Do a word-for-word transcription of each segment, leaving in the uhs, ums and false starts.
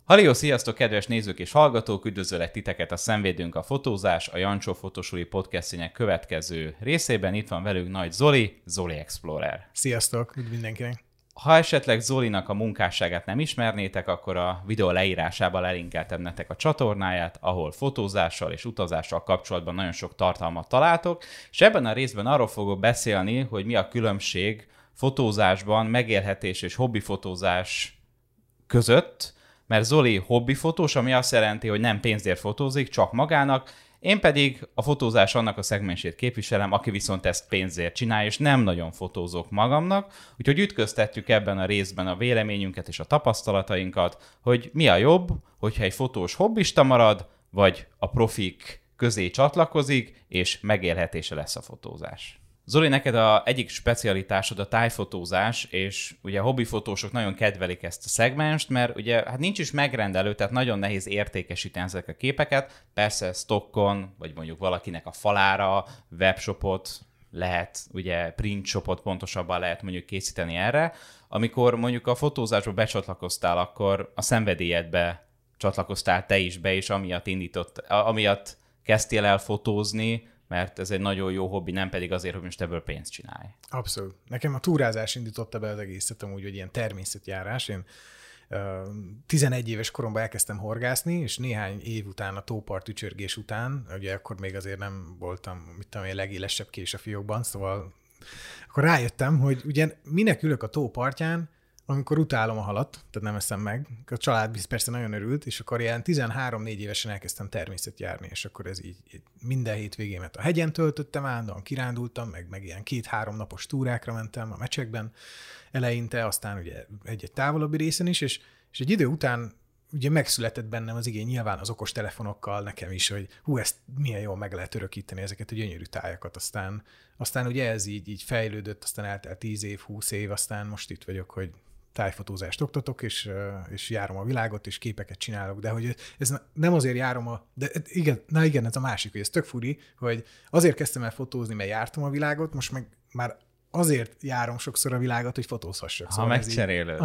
Halió, sziasztok, kedves nézők és hallgatók! Üdvözöllek titeket a Szenvédünk a fotózás, a Jancsó Fotósuli podcastjének következő részében. Itt van velünk Nagy Zoli, Zoli Explorer. Sziasztok, üdv mindenkinek! Ha esetleg Zolinak a munkásságát nem ismernétek, akkor a videó leírásában elinkeltem nektek a csatornáját, ahol fotózással és utazással kapcsolatban nagyon sok tartalmat találtok, és ebben a részben arról fogok beszélni, hogy mi a különbség fotózásban, megélhetés és hobbifotózás között, mert Zoli hobbifotós, ami azt jelenti, hogy nem pénzért fotózik, csak magának, én pedig a fotózás annak a szegmensét képviselem, aki viszont ezt pénzért csinálja, és nem nagyon fotózok magamnak, úgyhogy ütköztetjük ebben a részben a véleményünket és a tapasztalatainkat, hogy mi a jobb, hogyha egy fotós hobbista marad, vagy a profik közé csatlakozik, és megélhetése lesz a fotózás. Zoli, neked a egyik specialitásod a tájfotózás, és ugye a hobbifotósok nagyon kedvelik ezt a szegmenst, mert ugye hát nincs is megrendelő, tehát nagyon nehéz értékesíteni ezek a képeket. Persze stockon, vagy mondjuk valakinek a falára, webshopot lehet, ugye printshopot pontosabban lehet mondjuk készíteni erre. Amikor mondjuk a fotózásba becsatlakoztál, akkor a szenvedélyedbe csatlakoztál te is be, és amiatt indított, amiatt kezdtél el fotózni, mert ez egy nagyon jó hobbi, nem pedig azért, hogy most ebből pénzt csinálj. Abszolút. Nekem a túrázás indította be az egészet, amúgy, hogy ilyen természetjárás. Én uh, tizenegy éves koromban elkezdtem horgászni, és néhány év után, a tópart ücsörgés után, ugye akkor még azért nem voltam, mit tudom én, legélesebb kés a fiókban, szóval akkor rájöttem, hogy ugye minek ülök a tópartján, amikor utálom a halat, tehát nem eszem meg. A család persze nagyon örült, és akkor ilyen tizenhárom-négy évesen elkezdtem természetjárni, és akkor ez így, így minden hétvégémet a hegyen töltöttem, állandóan kirándultam, meg, meg ilyen két-három napos túrákra mentem a mecsekben eleinte, aztán ugye egy-egy távolabbi részen is, és, és egy idő után ugye megszületett bennem az igény nyilván az okos telefonokkal nekem is, hogy hú, ezt milyen jól meg lehet örökíteni, ezeket a gyönyörű tájakat. Aztán, aztán ugye ez így, így fejlődött, aztán eltelt tíz év, húsz év, aztán most itt vagyok, hogy tájfotózást oktatok, és, és járom a világot, és képeket csinálok, de hogy ez nem azért járom a... De igen, na igen, ez a másik, hogy ez tök furi, hogy azért kezdtem el fotózni, mert jártam a világot, most meg már azért járom sokszor a világot, hogy fotózhassak. Ha szóval megcserélődött.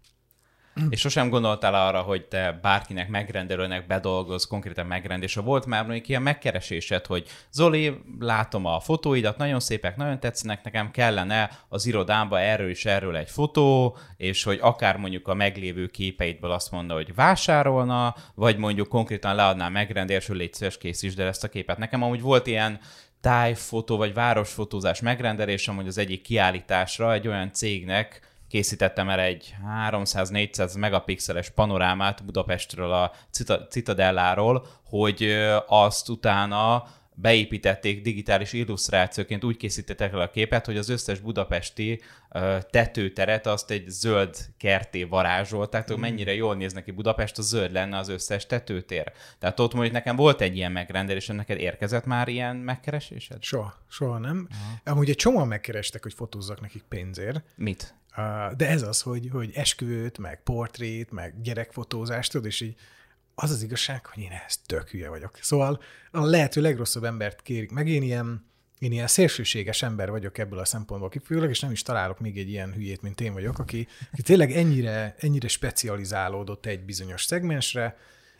És sosem gondoltál arra, hogy te bárkinek megrendelőnek bedolgoz, konkrétan megrendelés. Volt már mondjuk ilyen megkeresésed, hogy Zoli, látom a fotóidat, nagyon szépek, nagyon tetszenek, nekem kellene az irodámba erről és erről egy fotó, és hogy akár mondjuk a meglévő képeidből azt mondta, hogy vásárolna, vagy mondjuk konkrétan leadnál megrendelésről, légy szíves, készítsd el ezt a képet. Nekem amúgy volt ilyen tájfotó vagy városfotózás megrendelésem, hogy az egyik kiállításra egy olyan cégnek készítettem el egy háromszáz-négyszáz megapixeles panorámát Budapestről, a Citadelláról, hogy azt utána beépítették digitális illusztrációként, úgy készítettek el a képet, hogy az összes budapesti tetőteret azt egy zöld kerté varázsolták, mm. mennyire jól néz neki Budapest, a zöld lenne az összes tetőtér. Tehát ott mondjuk nekem volt egy ilyen megrendelés, neked érkezett már ilyen megkeresésed? Soha, soha nem. Aha. Amúgy egy csomóan megkerestek, hogy fotózzak nekik pénzért. Mit? De ez az, hogy, hogy esküvőt, meg portrét, meg gyerekfotózást, tudod, és így az az igazság, hogy én ezt tök hülye vagyok. Szóval a lehető legrosszabb embert kérik meg, én ilyen, én ilyen szélsőséges ember vagyok ebből a szempontból kifolyólag, és nem is találok még egy ilyen hülyét, mint én vagyok, aki, aki tényleg ennyire, ennyire specializálódott egy bizonyos szegmensre,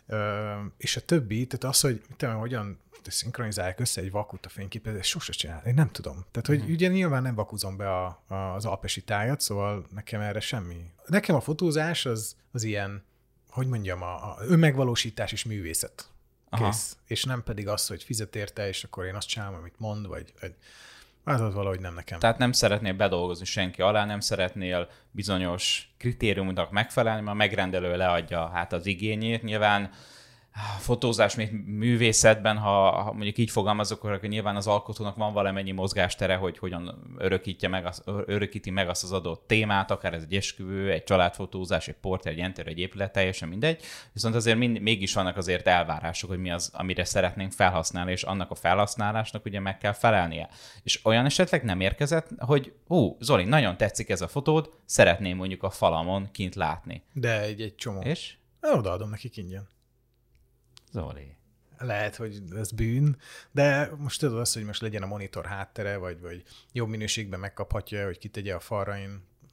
és a többi, tehát az, hogy tudom, hogyan szinkronizálják össze egy vakut a fényképet, ezt sose csinál. Én nem tudom. Tehát, hogy mm. ugye nyilván nem vakuzom be a, a, az alpesi tájat, szóval nekem erre semmi. Nekem a fotózás az, az ilyen, hogy mondjam, a, a önmegvalósítás és művészet. Kész. És nem pedig az, hogy fizet érte, és akkor én azt csinálom, amit mond, vagy, vagy hát az valahogy nem nekem. Tehát nem szeretnél bedolgozni senki alá, nem szeretnél bizonyos kritériumoknak megfelelni, mert a megrendelő leadja hát az igényét. Nyilván fotózás még művészetben, ha, ha mondjuk így fogalmazok, akkor nyilván az alkotónak van valamennyi mozgástere, hogy hogyan örökítje meg az, örökíti meg azt az adott témát, akár ez egy esküvő, egy családfotózás, egy portré, egy entérő, egy épület, teljesen mindegy. Viszont azért mind, mégis vannak azért elvárások, hogy mi az, amire szeretnénk felhasználni, és annak a felhasználásnak ugye meg kell felelnie. És olyan esetleg nem érkezett, hogy hú, Zoli, nagyon tetszik ez a fotód, szeretném mondjuk a falamon kint látni. De egy, egy csomó. És? Odaadom nekik ingyen. Zoli. Lehet, hogy ez bűn, de most tudod azt, hogy most legyen a monitor háttere, vagy, vagy jobb minőségben megkaphatja, hogy kitegye a falra, én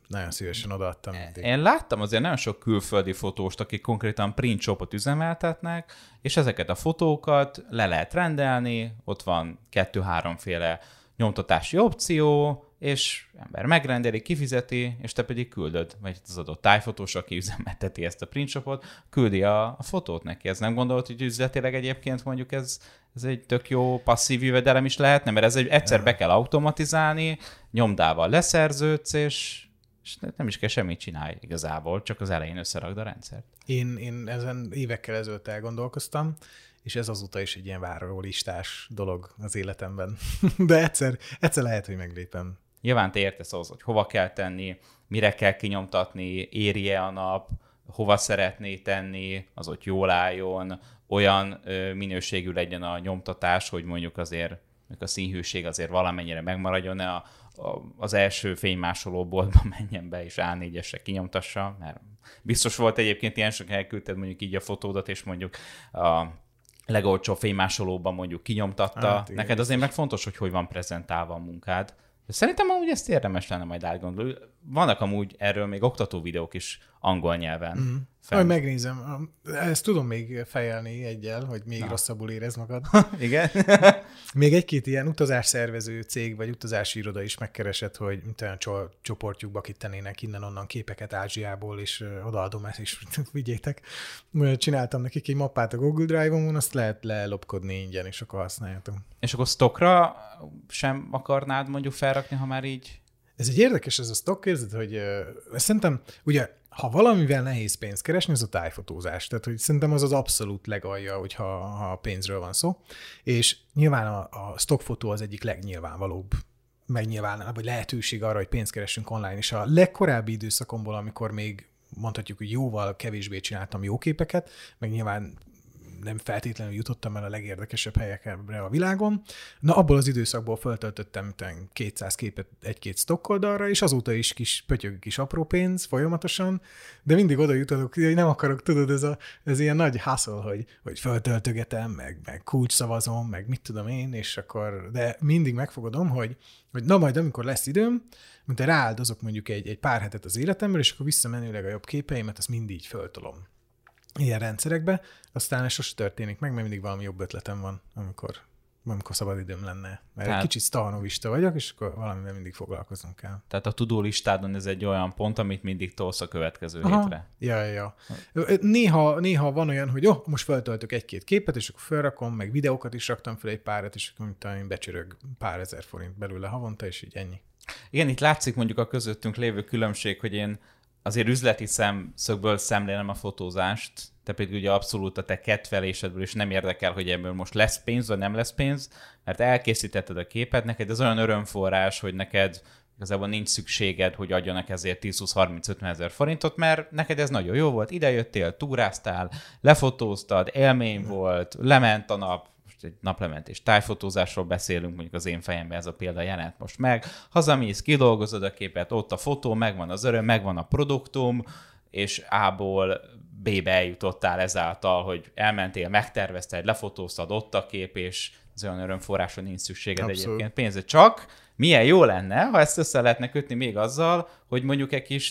nagyon szívesen odaadtam. Mindig. Én láttam azért nagyon sok külföldi fotóst, akik konkrétan print shopot üzemeltetnek, és ezeket a fotókat le lehet rendelni, ott van kettő-háromféle nyomtatási opció, és ember megrendeli, kifizeti, és te pedig küldöd, vagy az adott tájfotós, aki üzemelteti ezt a printshopot, küldi a, a fotót neki. Ez nem gondolod, hogy üzletileg egyébként mondjuk ez, ez egy tök jó passzív jövedelem is lehetne, mert ez egy, egyszer be kell automatizálni, nyomdával leszerződsz, és, és nem is kell semmit csinálni igazából, csak az elején összerakd a rendszert. Én, én ezen évekkel ezelőtt elgondolkoztam, és ez azóta is egy ilyen várólistás dolog az életemben. De egyszer, egyszer lehet, hogy meglépem. Nyilván te értesz ahhoz, hogy hova kell tenni, mire kell kinyomtatni, éri-e a nap, hova szeretné tenni, az ott jól álljon, olyan ö, minőségű legyen a nyomtatás, hogy mondjuk azért a színhűség azért valamennyire megmaradjon, ne a, a, az első fénymásolóboltba menjen be és á négyesre kinyomtassa, mert biztos volt egyébként ilyen sok elküldted mondjuk így a fotódat, és mondjuk a legolcsóbb fénymásolóban mondjuk kinyomtatta. Hát, igen, neked azért meg fontos, hogy hogy van prezentálva a munkád. Szerintem amúgy ezt érdemes lenne majd átgondolni. Vannak amúgy erről még oktató videók is angol nyelven. Mm. Majd megnézem. Ezt tudom még fejelni egyel, hogy még Na. rosszabbul érez magad. Igen. Még egy-két ilyen utazásszervező cég, vagy utazási iroda is megkeresett, hogy olyan csoportjukba kittenének innen-onnan képeket Ázsiából, és odaadom ezt, és vigyétek. Csináltam nekik egy mappát a Google Drive-on, azt lehet lelopkodni ingyen, és akkor használjátok. És akkor stockra sem akarnád mondjuk felrakni, ha már így... Ez egy érdekes, ez a stock, érzed, hogy uh, szerintem, ugye, ha valamivel nehéz pénzt keresni, az a tájfotózás. Tehát, hogy szerintem az az abszolút legalja, hogyha ha pénzről van szó. És nyilván a, a stockfotó az egyik legnyilvánvalóbb megnyilván, vagy lehetőség arra, hogy pénzt keressünk online. És a legkorábbi időszakomból, amikor még mondhatjuk, hogy jóval kevésbé csináltam jó képeket, meg nyilván nem feltétlenül jutottam el a legérdekesebb helyekre a világon. Na, abból az időszakból feltöltöttem kétszáz képet egy-két stock oldalra, és azóta is kis pötyög kis apró pénz folyamatosan, de mindig oda jutok, hogy nem akarok, tudod, ez, a, ez ilyen nagy hustle, hogy, hogy feltöltögetem, meg, meg kulcsszavazom, meg mit tudom én, és akkor, de mindig megfogadom, hogy, hogy na majd amikor lesz időm, mint rááldozok mondjuk egy, egy pár hetet az életemről, és akkor visszamenőleg a jobb képeimet, azt mindig így föltolom ilyen rendszerekbe, aztán ez sose történik meg, mert mindig valami jobb ötletem van, amikor, amikor szabad időm lenne. Mert tehát, egy kicsit stahanovista vagyok, és akkor valamivel mindig foglalkoznom kell. Tehát a tudó listádon ez egy olyan pont, amit mindig tolsz a következő Aha. hétre. Ja, ja, ja. Néha, néha van olyan, hogy oh, most feltöltök egy-két képet, és akkor felrakom, meg videókat is raktam fel egy párat, és akkor mint becsörög pár ezer forint belőle havonta, és így ennyi. Igen, itt látszik mondjuk a közöttünk lévő különbség, hogy én azért üzleti szemszögből szemlélem a fotózást, te pedig ugye abszolút a te kedvelésedből is nem érdekel, hogy ebből most lesz pénz, vagy nem lesz pénz, mert elkészítetted a képet, neked ez olyan örömforrás, hogy neked igazából nincs szükséged, hogy adjanak ezért tíz-húsz-harminc-ötven ezer forintot, mert neked ez nagyon jó volt, idejöttél, túráztál, lefotóztad, élmény volt, lement a nap, most egy naplementés tájfotózásról beszélünk, mondjuk az én fejemben ez a példa jelent most meg, hazamész, kidolgozod a képet, ott a fotó, megvan az öröm, megvan a produktum, és A-ból B-be eljutottál ezáltal, hogy elmentél, megtervezted, lefotóztad, ott a kép, és az olyan örömforrásra nincs szükséged Abszolút. Egyébként pénzre. Csak milyen jó lenne, ha ezt össze lehetne kötni még azzal, hogy mondjuk egy kis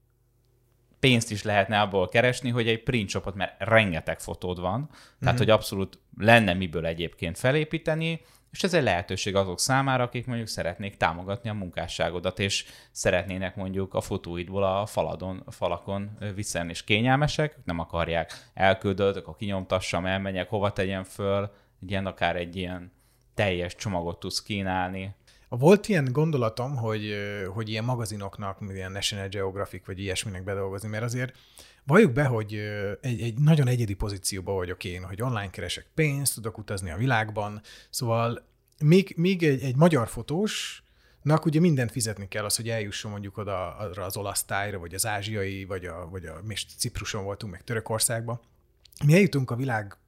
pénzt is lehetne abból keresni, hogy egy print shopot, mert rengeteg fotód van, mm-hmm. tehát hogy abszolút lenne miből egyébként felépíteni, és ez egy lehetőség azok számára, akik mondjuk szeretnék támogatni a munkásságodat, és szeretnének mondjuk a fotóidból a faladon, a falakon visszajönni, és kényelmesek, nem akarják elküldöd, akkor kinyomtassam, elmenjek, hova tegyem föl, egy ilyen, akár egy ilyen teljes csomagot tudsz kínálni. Volt ilyen gondolatom, hogy, hogy ilyen magazinoknak, ilyen National Geographic vagy ilyesminek bedolgozni, mert azért valljuk be, hogy egy, egy nagyon egyedi pozícióban vagyok én, hogy online keresek pénzt, tudok utazni a világban, szóval még, még egy, egy magyar fotósnak ugye mindent fizetni kell az, hogy eljusson mondjuk oda arra az olasz tájra, vagy az ázsiai, vagy a, vagy a most Cipruson voltunk, meg Törökországba. Mi eljutunk a világ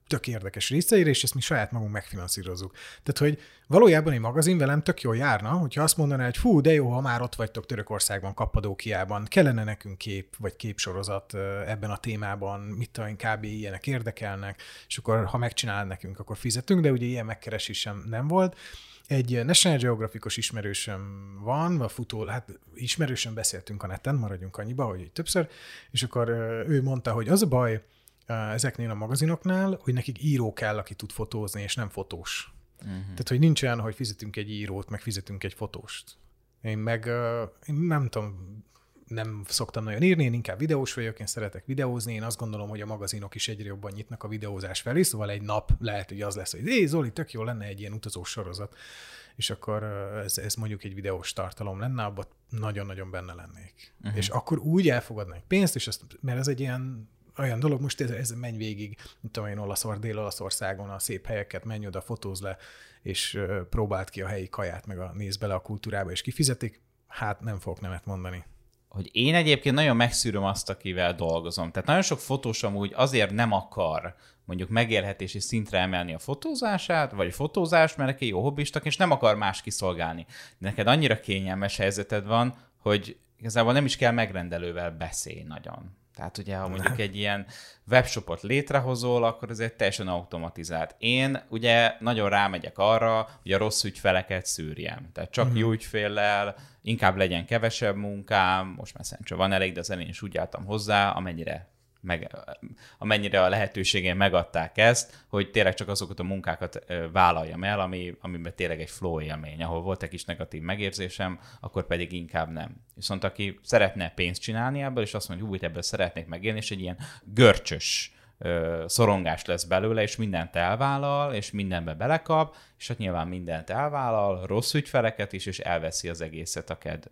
tök érdekes részeire, és ezt mi saját magunk megfinanszírozzuk. Tehát, hogy valójában egy magazin velem tök jól járna, hogyha azt mondaná, hogy fú, de jó, ha már ott vagytok Törökországban, Kappadókiában, kellene nekünk kép, vagy képsorozat ebben a témában, mit tudom, kb. Ilyenek érdekelnek, és akkor ha megcsinál nekünk, akkor fizetünk, de ugye ilyen megkeresés sem nem volt. Egy National Geographic-os ismerősöm van, a futó, hát ismerősöm beszéltünk a neten, maradjunk annyiba, hogy többször, és akkor ő mondta, hogy az a baj ezeknél a magazinoknál, hogy nekik író kell, aki tud fotózni, és nem fotós. Uh-huh. Tehát, hogy nincs olyan, hogy fizetünk egy írót, meg fizetünk egy fotóst. Én meg én nem tudom, nem szoktam nagyon írni, én inkább videós vagyok, én szeretek videózni, én azt gondolom, hogy a magazinok is egyre jobban nyitnak a videózás felé, szóval egy nap lehet, hogy az lesz, hogy hé, Zoli, tök jó lenne egy ilyen utazós sorozat, és akkor ez, ez mondjuk egy videós tartalom lenne, abban nagyon-nagyon benne lennék. Uh-huh. És akkor úgy elfogadnánk pénzt, és azt, mert ez egy ilyen olyan dolog, most ez, ez menj végig, mint tudom én, Olaszor, Dél-Olaszországon a szép helyeket, menj oda, fotóz le, és uh, próbáld ki a helyi kaját, meg a, nézd bele a kultúrába, és kifizetik, hát nem fogok nemet mondani. Hogy én egyébként nagyon megszűröm azt, akivel dolgozom. Tehát nagyon sok fotós amúgy azért nem akar mondjuk megélhetési szintre emelni a fotózását, vagy a fotózást, mert neki jó hobbistak, és nem akar más kiszolgálni. Neked annyira kényelmes helyzeted van, hogy igazából nem is kell megrendelővel beszélni nagyon. Tehát ugye, ha mondjuk egy ilyen webshopot létrehozol, akkor ez egy teljesen automatizált. Én ugye nagyon rámegyek arra, hogy a rossz ügyfeleket szűrjem. Tehát csak uh-huh. jó ügyféllel, inkább legyen kevesebb munkám, most már szerintem van elég, de az elején is úgy álltam hozzá, amennyire, meg, amennyire a lehetőségén megadták ezt, hogy tényleg csak azokat a munkákat vállaljam el, ami, amiben tényleg egy flow élmény. Ahol volt egy kis negatív megérzésem, akkor pedig inkább nem. Viszont aki szeretne pénzt csinálni ebből, és azt mondja, hogy úgy ebből szeretnék megélni, és egy ilyen görcsös ö, szorongás lesz belőle, és mindent elvállal, és mindenbe belekap, és hát nyilván mindent elvállal, rossz ügyfeleket is, és elveszi az egészet a ked...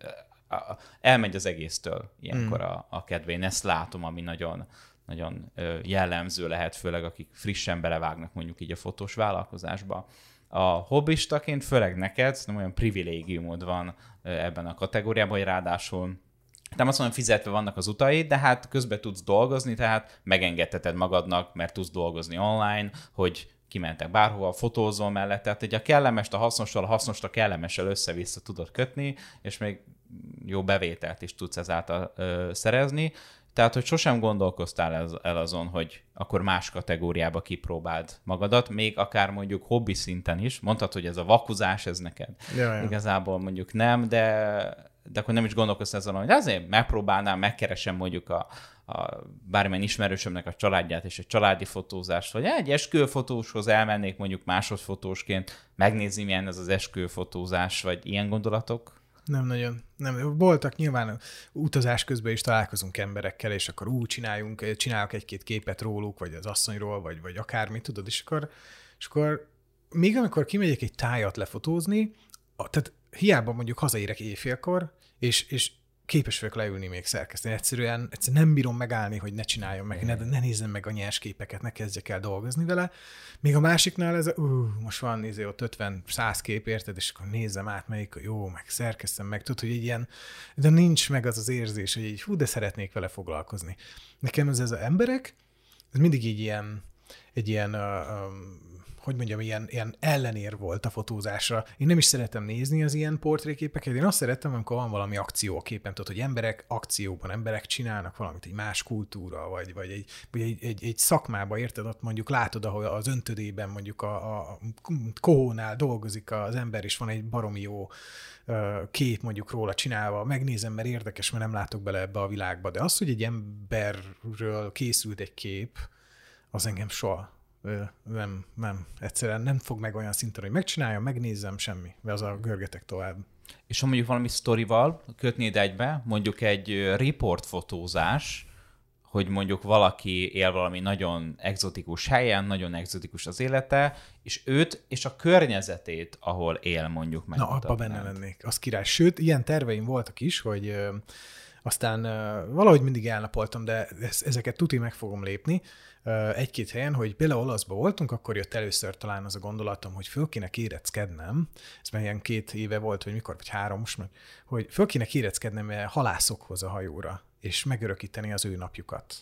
elmegy az egésztől ilyenkor a, a kedve. Én ezt látom, ami nagyon, nagyon jellemző lehet, főleg akik frissen belevágnak mondjuk így a fotós vállalkozásba. A hobbistaként, főleg neked, nem olyan privilégiumod van ebben a kategóriában, hogy ráadásul nem azt mondom, fizetve vannak az utaid, de hát közben tudsz dolgozni, tehát megengedheted magadnak, mert tudsz dolgozni online, hogy kimentek bárhova, fotózol mellett, tehát egy a kellemest a hasznossal, a hasznost a kellemessel össze-vissza tudod kötni, és még jó bevételt is tudsz ezáltal ö, szerezni. Tehát, hogy sosem gondolkoztál el, el azon, hogy akkor más kategóriába kipróbáld magadat, még akár mondjuk hobbi szinten is. Mondtad, hogy ez a vakuzás, ez neked ja, igazából mondjuk nem, de, de akkor nem is gondolkoztál azon, hogy azért megpróbálnám, megkeresem mondjuk a, a bármilyen ismerősömnek a családját és egy családi fotózást, vagy egy esküvőfotóshoz elmennék mondjuk másodfotósként, megnézni, milyen ez az esküvőfotózás, vagy ilyen gondolatok? Nem nagyon. Nem. Voltak nyilván utazás közben is találkozunk emberekkel, és akkor úgy csináljunk, csinálok egy-két képet róluk, vagy az asszonyról, vagy, vagy akármit, tudod, és akkor, és akkor még amikor kimegyek egy tájat lefotózni, tehát hiába mondjuk hazaérek éjfélkor, és, és képes vagyok leülni még szerkeszteni. Egyszerűen, egyszerűen nem bírom megállni, hogy ne csináljam meg, ne, ne nézzem meg a nyers képeket, ne kezdjek el dolgozni vele. Még a másiknál ez a, uh, most van néző, ott ötven-száz kép, érted, és akkor nézzem át, melyik a jó, meg szerkesztem meg, tudod, hogy egy ilyen, de nincs meg az az érzés, hogy így, hú, de szeretnék vele foglalkozni. Nekem ez, ez az emberek, ez mindig így ilyen, egy ilyen, uh, um, hogy mondjam, ilyen, ilyen ellenér volt a fotózásra. Én nem is szeretem nézni az ilyen portréképeket, én azt szeretem, amikor van valami akció a képen, tudod, hogy emberek akcióban, emberek csinálnak valamit, egy más kultúra, vagy, vagy, egy, vagy egy, egy, egy szakmába, érted, ott mondjuk látod, ahol az öntödében mondjuk a, a kohónál dolgozik az ember, és van egy baromi jó kép mondjuk róla csinálva, megnézem, mert érdekes, mert nem látok bele ebbe a világba, de az, hogy egy emberről készült egy kép, az engem soha Nem, nem, egyszerűen nem fog meg olyan szinten, hogy megcsináljam, megnézzem, semmi, mert az a görgetek tovább. És ha mondjuk valami sztorival kötnéd egybe, mondjuk egy riportfotózás, hogy mondjuk valaki él valami nagyon egzotikus helyen, nagyon egzotikus az élete, és őt és a környezetét, ahol él mondjuk meg. Na, abba benne lennék, az király. Sőt, ilyen terveim voltak is, hogy ö, aztán ö, valahogy mindig elnapoltam, de ez, ezeket tuti meg fogom lépni, egy-két helyen, hogy például olaszban voltunk, akkor jött először talán az a gondolatom, hogy föl kéne kéreckednem, ez már ilyen két éve volt, vagy mikor, vagy három most, hogy föl kéne kéreckednem halászokhoz a hajóra, és megörökíteni az ő napjukat.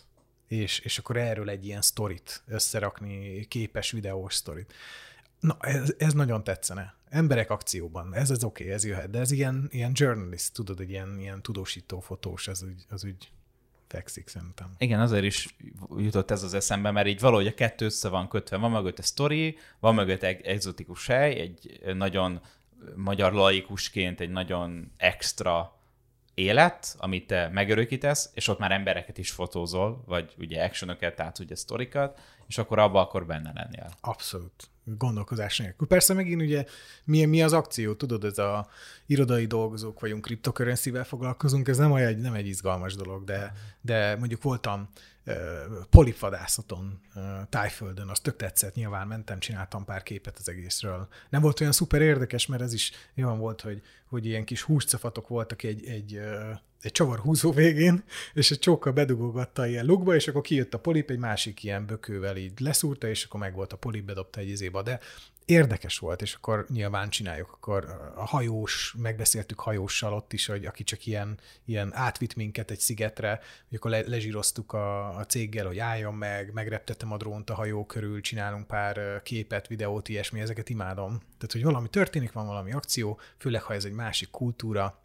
és, és akkor erről egy ilyen sztorit összerakni, képes videós sztorit. Na, ez, ez nagyon tetszene. Emberek akcióban, ez az oké, okay, ez jöhet, de ez ilyen, ilyen journalist, tudod, egy ilyen, ilyen tudósító fotós, az úgy, az úgy fekszik szerintem. Igen, azért is jutott ez az eszembe, mert így valahogy a kettő össze van kötve. Van mögött egy sztori, van mögött egy egzotikus hely, egy nagyon magyar laikusként egy nagyon extra élet, amit te megörökítesz, és ott már embereket is fotózol, vagy ugye actionöket, tehát ugye sztorikat, és akkor abba akkor benne lennél. Abszolút. Gondolkozás nélkül. Persze megint ugye mi, mi az akció, tudod, ez a irodai dolgozók vagyunk, cryptocurrency-vel foglalkozunk, ez nem olyan, nem egy izgalmas dolog, de, de mondjuk voltam uh, polifadászaton, uh, Tájföldön, az tök tetszett, nyilván mentem, csináltam pár képet az egészről. Nem volt olyan szuper érdekes, mert ez is olyan volt, hogy, hogy ilyen kis húscafatok voltak egy, egy uh, egy csavarhúzó végén, és egy csókkal bedugógatta ilyen lukba, és akkor kijött a polip, egy másik ilyen bökővel így leszúrta, és akkor meg volt a polip, bedobta egy izéba, de érdekes volt, és akkor nyilván csináljuk, akkor a hajós, megbeszéltük hajóssal ott is, hogy aki csak ilyen, ilyen átvitt minket egy szigetre, hogy akkor le, lezsíroztuk a, a céggel, hogy álljon meg, megreptettem a drónt a hajó körül, csinálunk pár képet, videót, ilyesmi, ezeket imádom. Tehát, hogy valami történik, van valami akció, főleg, ha ez egy másik kultúra,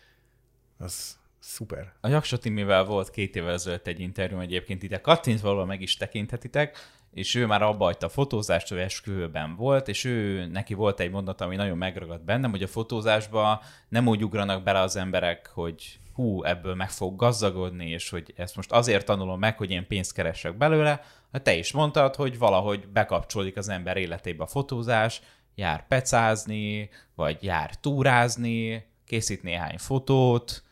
az szuper. A Jaksa Timivel volt két évvel ezelőtt egy interjú, egyébként ide kattintva valahol meg is tekinthetitek, és ő már abba hagyta a fotózást, ő esküvőben volt, és ő, neki volt egy mondat, ami nagyon megragadt bennem, hogy a fotózásba nem úgy ugranak bele az emberek, hogy hú, ebből meg fog gazdagodni, és hogy ezt most azért tanulom meg, hogy én pénzt keresek belőle. Te is mondtad, hogy valahogy bekapcsolódik az ember életébe a fotózás, jár pecázni, vagy jár túrázni, készít néhány fotót,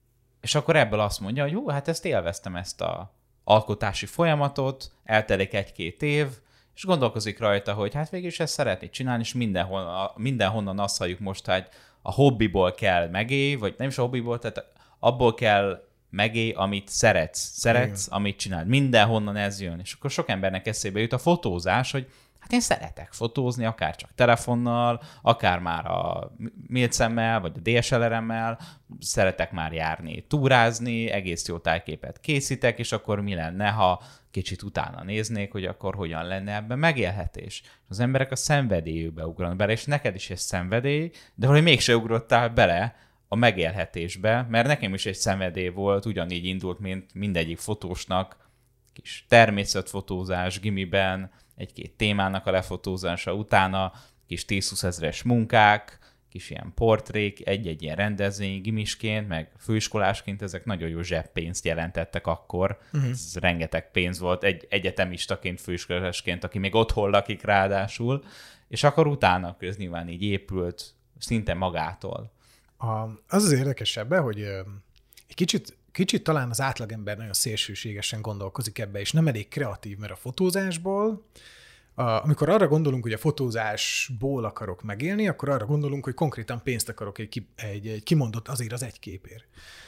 és akkor ebből azt mondja, hogy jó, hát ezt élveztem, ezt a alkotási folyamatot, eltelik egy-két év, és gondolkozik rajta, hogy hát végül is ezt szeretné csinálni, és mindenhol, mindenhonnan azt halljuk most, hogy a hobbiból kell megélj, vagy nem is a hobbiból, tehát abból kell megélj, amit szeretsz, szeretsz, igen, amit csinál. Mindenhonnan ez jön, és akkor sok embernek eszébe jut a fotózás, hogy hát én szeretek fotózni, akár csak telefonnal, akár már a milcemmel, vagy a dé es el er-emmel, szeretek már járni, túrázni, egész jó tájképet készítek, és akkor mi lenne, ha kicsit utána néznék, hogy akkor hogyan lenne ebben megélhetés. Az emberek a szenvedélyükbe ugranak bele, és neked is egy szenvedély, de valahogy mégse ugrottál bele a megélhetésbe, mert nekem is egy szenvedély volt, ugyanígy indult, mint mindegyik fotósnak, kis természetfotózás gimiben, egy-két témának a lefotózása utána, kis tíz-húsz ezres munkák, kis ilyen portrék, egy-egy ilyen rendezvény gimisként, meg főiskolásként, ezek nagyon jó zseppénzt jelentettek akkor. Uh-huh. Ez rengeteg pénz volt egy egyetemistaként, főiskolásként, aki még otthon lakik ráadásul, és akkor utána köz nyilván így épült szinte magától. A, az az érdekesebben, hogy egy kicsit Kicsit talán az átlagember nagyon szélsőségesen gondolkozik ebbe, és nem elég kreatív, mert a fotózásból, a, amikor arra gondolunk, hogy a fotózásból akarok megélni, akkor arra gondolunk, hogy konkrétan pénzt akarok egy, egy, egy kimondott azért az egy képért.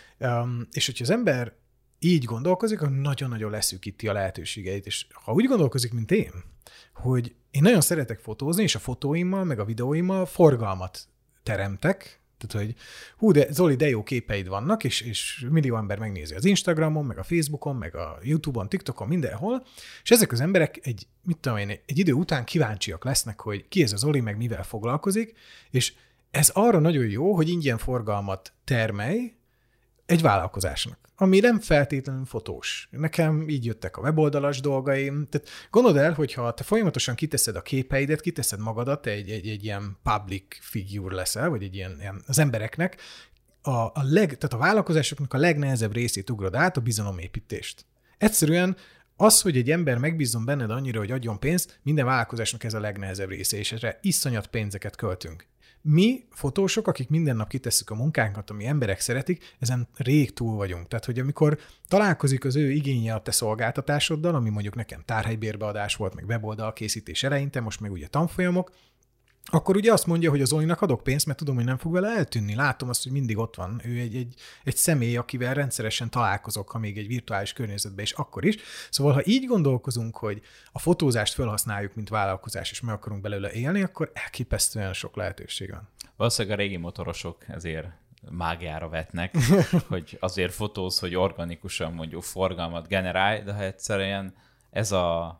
Um, és hogyha az ember így gondolkozik, akkor nagyon-nagyon leszűkíti a lehetőségeit, és ha úgy gondolkozik, mint én, hogy én nagyon szeretek fotózni, és a fotóimmal, meg a videóimmal forgalmat teremtek, tehát, hogy hú, de Zoli, de jó képeid vannak, és, és millió ember megnézi az Instagramon, meg a Facebookon, meg a YouTube-on, TikTokon, mindenhol, és ezek az emberek egy, mit tudom én, egy idő után kíváncsiak lesznek, hogy ki ez a Zoli, meg mivel foglalkozik, és ez arra nagyon jó, hogy ingyen forgalmat termelj egy vállalkozásnak, ami nem feltétlenül fotós. Nekem így jöttek a weboldalas dolgaim. Tehát gondold el, hogyha te folyamatosan kiteszed a képeidet, kiteszed magadat, egy, egy, egy ilyen public figure leszel, vagy egy ilyen, ilyen az embereknek, a, a leg, tehát a vállalkozásoknak a legnehezebb részét ugrod át, a bizalomépítést. Egyszerűen az, hogy egy ember megbízzon benned annyira, hogy adjon pénzt, minden vállalkozásnak ez a legnehezebb része, és erre iszonyat pénzeket költünk. Mi, fotósok, akik minden nap kitesszük a munkánkat, ami emberek szeretik, ezen rég túl vagyunk. Tehát, hogy amikor találkozik az ő igénye a te szolgáltatásoddal, ami mondjuk nekem tárhelybérbeadás volt, meg weboldal készítés eleinte, most meg ugye tanfolyamok, akkor ugye azt mondja, hogy az Zolinak adok pénzt, mert tudom, hogy nem fog vele eltűnni. Látom azt, hogy mindig ott van. Ő egy, egy, egy személy, akivel rendszeresen találkozok, ha még egy virtuális környezetben is, akkor is. Szóval, ha így gondolkozunk, hogy a fotózást felhasználjuk, mint vállalkozás, és meg akarunk belőle élni, akkor elképesztően sok lehetőség van. Valószínűleg a régi motorosok ezért mágiára vetnek, hogy azért fotóz, hogy organikusan mondjuk forgalmat generálj, de ha egyszerűen ez a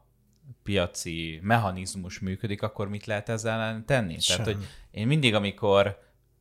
piaci mechanizmus működik, akkor mit lehet ezzel ellen tenni? Sem. Tehát, hogy én mindig, amikor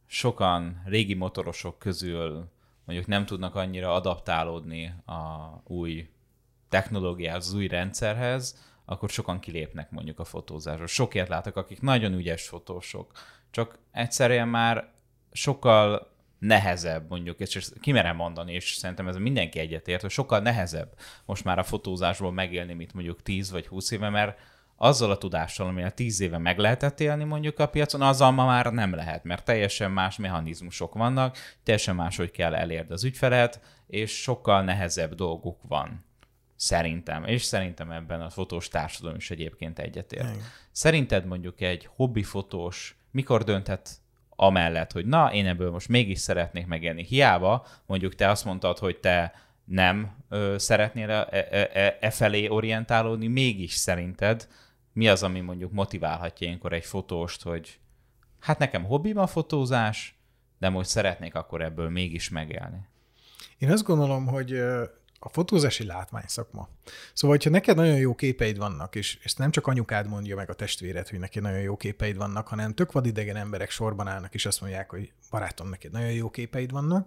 sokan régi motorosok közül mondjuk nem tudnak annyira adaptálódni a új technológiához, az új rendszerhez, akkor sokan kilépnek mondjuk a fotózásról. Sokért látok, akik nagyon ügyes fotósok, csak egyszerűen már sokkal nehezebb mondjuk, és kimerem mondani, és szerintem ez mindenki egyetért, hogy sokkal nehezebb most már a fotózásból megélni, mint mondjuk tíz vagy húsz éve, mert azzal a tudással, amilyen tíz éve meg lehetett élni mondjuk a piacon, azzal ma már nem lehet, mert teljesen más mechanizmusok vannak, teljesen máshogy kell elérni az ügyfelet, és sokkal nehezebb dolguk van. Szerintem, és szerintem ebben a fotós társadalom is egyébként egyetért. Igen. Szerinted mondjuk egy hobbi fotós mikor dönthet amellett, hogy na, én ebből most mégis szeretnék megélni. Hiába mondjuk te azt mondtad, hogy te nem ö, szeretnél e, e, e, e felé orientálódni, mégis szerinted mi az, ami mondjuk motiválhatja ilyenkor egy fotóst, hogy hát nekem hobbim a fotózás, de most szeretnék akkor ebből mégis megélni. Én azt gondolom, hogy a fotózási látványszakma. Szóval, hogyha neked nagyon jó képeid vannak, és ezt nem csak anyukád mondja meg a testvéred, hogy neked nagyon jó képeid vannak, hanem tök vadidegen emberek sorban állnak, és azt mondják, hogy barátom, neked nagyon jó képeid vannak.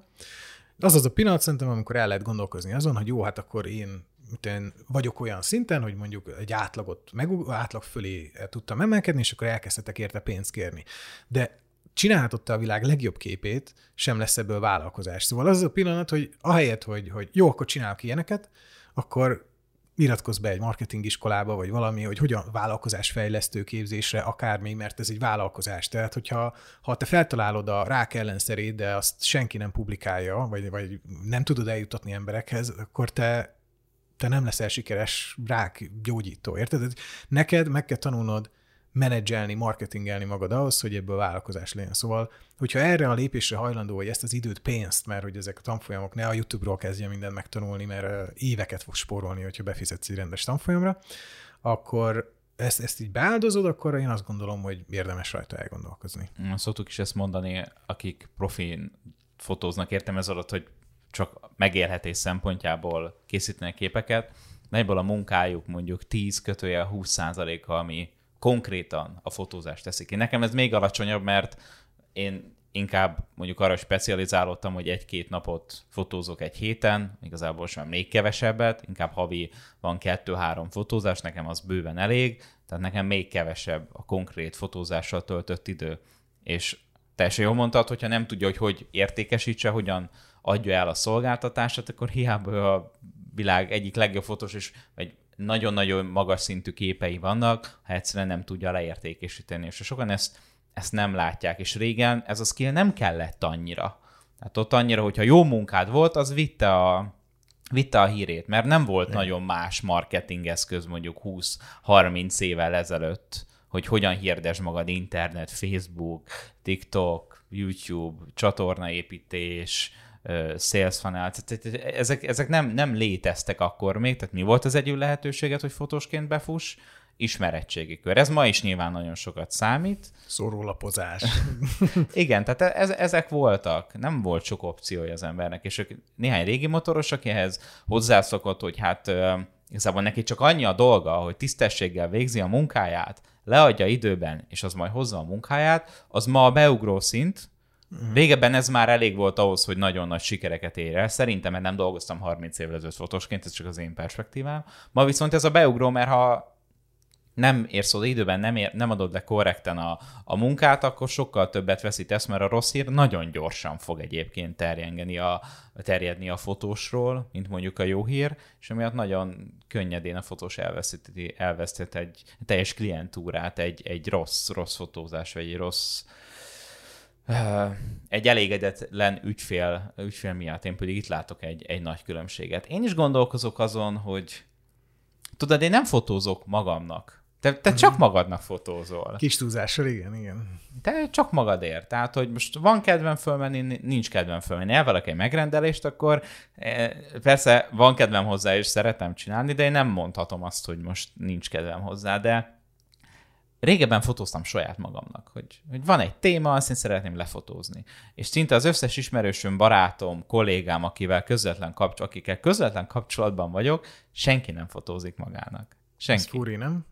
Az az a pillanat szerintem, amikor el lehet gondolkozni azon, hogy jó, hát akkor én, én vagyok olyan szinten, hogy mondjuk egy átlagot, meg átlag fölé tudtam emelkedni, és akkor elkezdhetek érte pénzt kérni. De csinálhatott a világ legjobb képét, sem lesz ebből vállalkozás. Szóval az a pillanat, hogy ahelyett, hogy, hogy jó, akkor csinálok ilyeneket, akkor iratkozz be egy marketingiskolába, vagy valami, hogy hogyan vállalkozásfejlesztő képzésre, akármi, mert ez egy vállalkozás. Tehát, hogyha ha te feltalálod a rák ellenszerét, de azt senki nem publikálja, vagy, vagy nem tudod eljutatni emberekhez, akkor te, te nem leszel sikeres rák gyógyító, érted? Neked meg kell tanulnod menedzselni, marketingelni magad ahhoz, hogy ebből vállalkozás legyen. Szóval, hogyha erre a lépésre hajlandó, hogy ezt az időt, pénzt, mert hogy ezek a tanfolyamok, ne a YouTube-ról kezdje mindent megtanulni, mert éveket fog spórolni, hogyha befizetsz egy rendes tanfolyamra, akkor ezt, ezt így beáldozod, akkor én azt gondolom, hogy érdemes rajta elgondolkozni. Szoktuk is ezt mondani, akik profin fotóznak, értem ez alatt, hogy csak megélhetés szempontjából készítenek képeket, de ebből a munkájuk mondjuk tíz kötőjel húsz százaléka, ami konkrétan a fotózást teszik ki. Nekem ez még alacsonyabb, mert én inkább mondjuk arra specializálódtam, hogy egy-két napot fotózok egy héten, igazából sem még kevesebbet, inkább havi van kettő-három fotózás, nekem az bőven elég, tehát nekem még kevesebb a konkrét fotózással töltött idő. És teljesen jól mondtad, hogyha nem tudja, hogy hogy értékesítse, hogyan adja el a szolgáltatását, akkor hiába a világ egyik legjobb fotós, és egy nagyon-nagyon magas szintű képei vannak, ha egyszerűen nem tudja leértékesíteni. És sokan ezt, ezt nem látják, és régen ez a skill nem kellett annyira. Tehát ott annyira, hogyha jó munkád volt, az vitte a, vitte a hírét, mert nem volt nem. nagyon más marketingeszköz mondjuk húsz-harminc évvel ezelőtt, hogy hogyan hirdesd magad internet, Facebook, TikTok, YouTube, csatornaépítés, sales funnel, ezek, ezek nem, nem léteztek akkor még, tehát mi volt az egyik lehetőséget, hogy fotósként befuss? Ismerettségi kör. Ez ma is nyilván nagyon sokat számít. Szórólapozás. Igen, tehát ez, ezek voltak. Nem volt sok opciója az embernek, és ők néhány régi motoros, akihez hozzászokott, hogy hát igazából neki csak annyi a dolga, hogy tisztességgel végzi a munkáját, leadja időben, és az majd hozza a munkáját, az ma a beugró szint. Régebben ez már elég volt ahhoz, hogy nagyon nagy sikereket ér el. Szerintem, mert nem dolgoztam harminc évvel ezelőtt fotósként, ez csak az én perspektívám. Ma viszont ez a beugró, mert ha nem érsz oda időben, nem, ér, nem adod le korrekten a, a munkát, akkor sokkal többet veszítesz, mert a rossz hír nagyon gyorsan fog egyébként terjengeni a, terjedni a fotósról, mint mondjuk a jó hír, és emiatt nagyon könnyedén a fotós elveszteti, elvesztett egy teljes klientúrát, egy, egy rossz, rossz fotózás, vagy egy rossz egy elégedetlen ügyfél, ügyfél miatt. Én pedig itt látok egy, egy nagy különbséget. Én is gondolkozok azon, hogy tudod, én nem fotózok magamnak. Te, te csak magadnak fotózol. Kis túlzással, igen, igen. Te csak magadért. Tehát, hogy most van kedvem fölmenni, nincs kedvem fölmenni. Elvelek egy megrendelést, akkor persze van kedvem hozzá, és szeretem csinálni, de én nem mondhatom azt, hogy most nincs kedvem hozzá, de régebben fotóztam saját magamnak, hogy, hogy van egy téma, azt én szeretném lefotózni. És szinte az összes ismerősöm, barátom, kollégám, akivel közvetlen kapcsol, akikkel közvetlen kapcsolatban vagyok, senki nem fotózik magának. Senki. Ez furi, nem?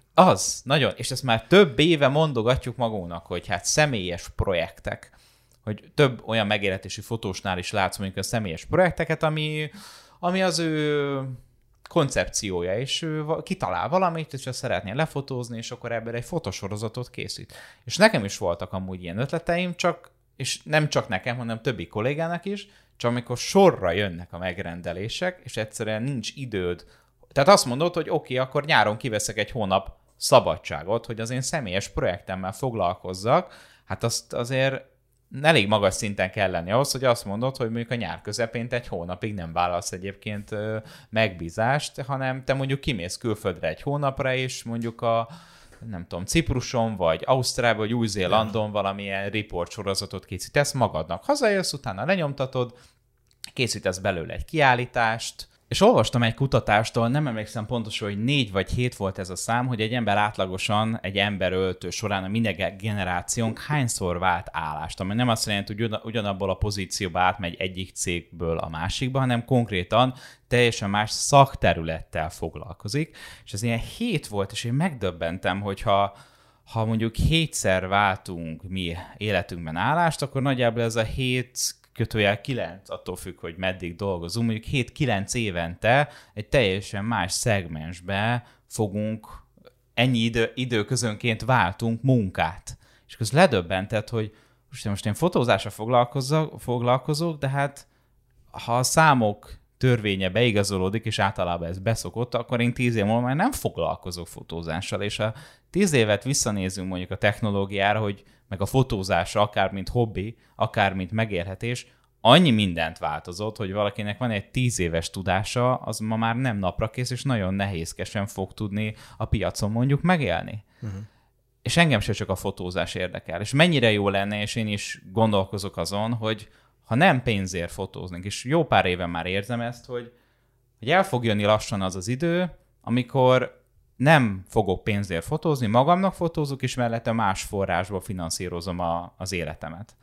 Az, nagyon. És ezt már több éve mondogatjuk magunknak, hogy hát személyes projektek, hogy több olyan megélhetési fotósnál is látsz mondjuk a személyes projekteket, ami, ami az ő koncepciója, és ő kitalál valamit, és azt szeretné lefotózni, és akkor ebből egy fotosorozatot készít. És nekem is voltak amúgy ilyen ötleteim, csak, és nem csak nekem, hanem többi kollégának is, csak amikor sorra jönnek a megrendelések, és egyszerűen nincs időd. Tehát azt mondod, hogy oké, okay, akkor nyáron kiveszek egy hónap szabadságot, hogy az én személyes projektemmel foglalkozzak, hát azt azért elég magas szinten kell lenni ahhoz, hogy azt mondod, hogy mondjuk a nyár közepén egy hónapig nem vállalsz egyébként megbízást, hanem te mondjuk kimész külföldre egy hónapra, és mondjuk a nem tudom, Cipruson, vagy Ausztráliában, vagy Új-Zélandon valamilyen report sorozatot készítesz magadnak. Hazajössz, utána lenyomtatod, készítesz belőle egy kiállítást, és olvastam egy kutatástól, nem emlékszem pontosan, hogy négy vagy hét volt ez a szám, hogy egy ember átlagosan egy emberöltő során a minden generációnk hányszor vált állást, ami nem azt jelenti, hogy ugyanabból a pozícióba átmegy egyik cégből a másikba, hanem konkrétan teljesen más szakterülettel foglalkozik, és ez ilyen hét volt, és én megdöbbentem, hogyha ha mondjuk hétszer váltunk mi életünkben állást, akkor nagyjából ez a hét kötőjel kilenc, attól függ, hogy meddig dolgozunk, mondjuk hét-kilenc évente egy teljesen más szegmensbe fogunk, ennyi idő, időközönként váltunk munkát. És akkor ledöbbentett, hogy most, most én fotózásra foglalkozok, foglalkozok, de hát ha a számok törvénye beigazolódik, és általában ez beszokott, akkor én tíz év múlva már nem foglalkozok fotózással, és ha tíz évet visszanézünk mondjuk a technológiára, hogy meg a fotózásra, akár mint hobbi, akár mint megélhetés, annyi mindent változott, hogy valakinek van egy tíz éves tudása, az ma már nem naprakész, és nagyon nehézkesen fog tudni a piacon mondjuk megélni. Uh-huh. És engem se csak a fotózás érdekel. És mennyire jó lenne, és én is gondolkozok azon, hogy ha nem pénzért fotóznék, és jó pár éven már érzem ezt, hogy, hogy el fog jönni lassan az az idő, amikor nem fogok pénzért fotózni, magamnak fotózok, és mellette más forrásból finanszírozom a, az életemet.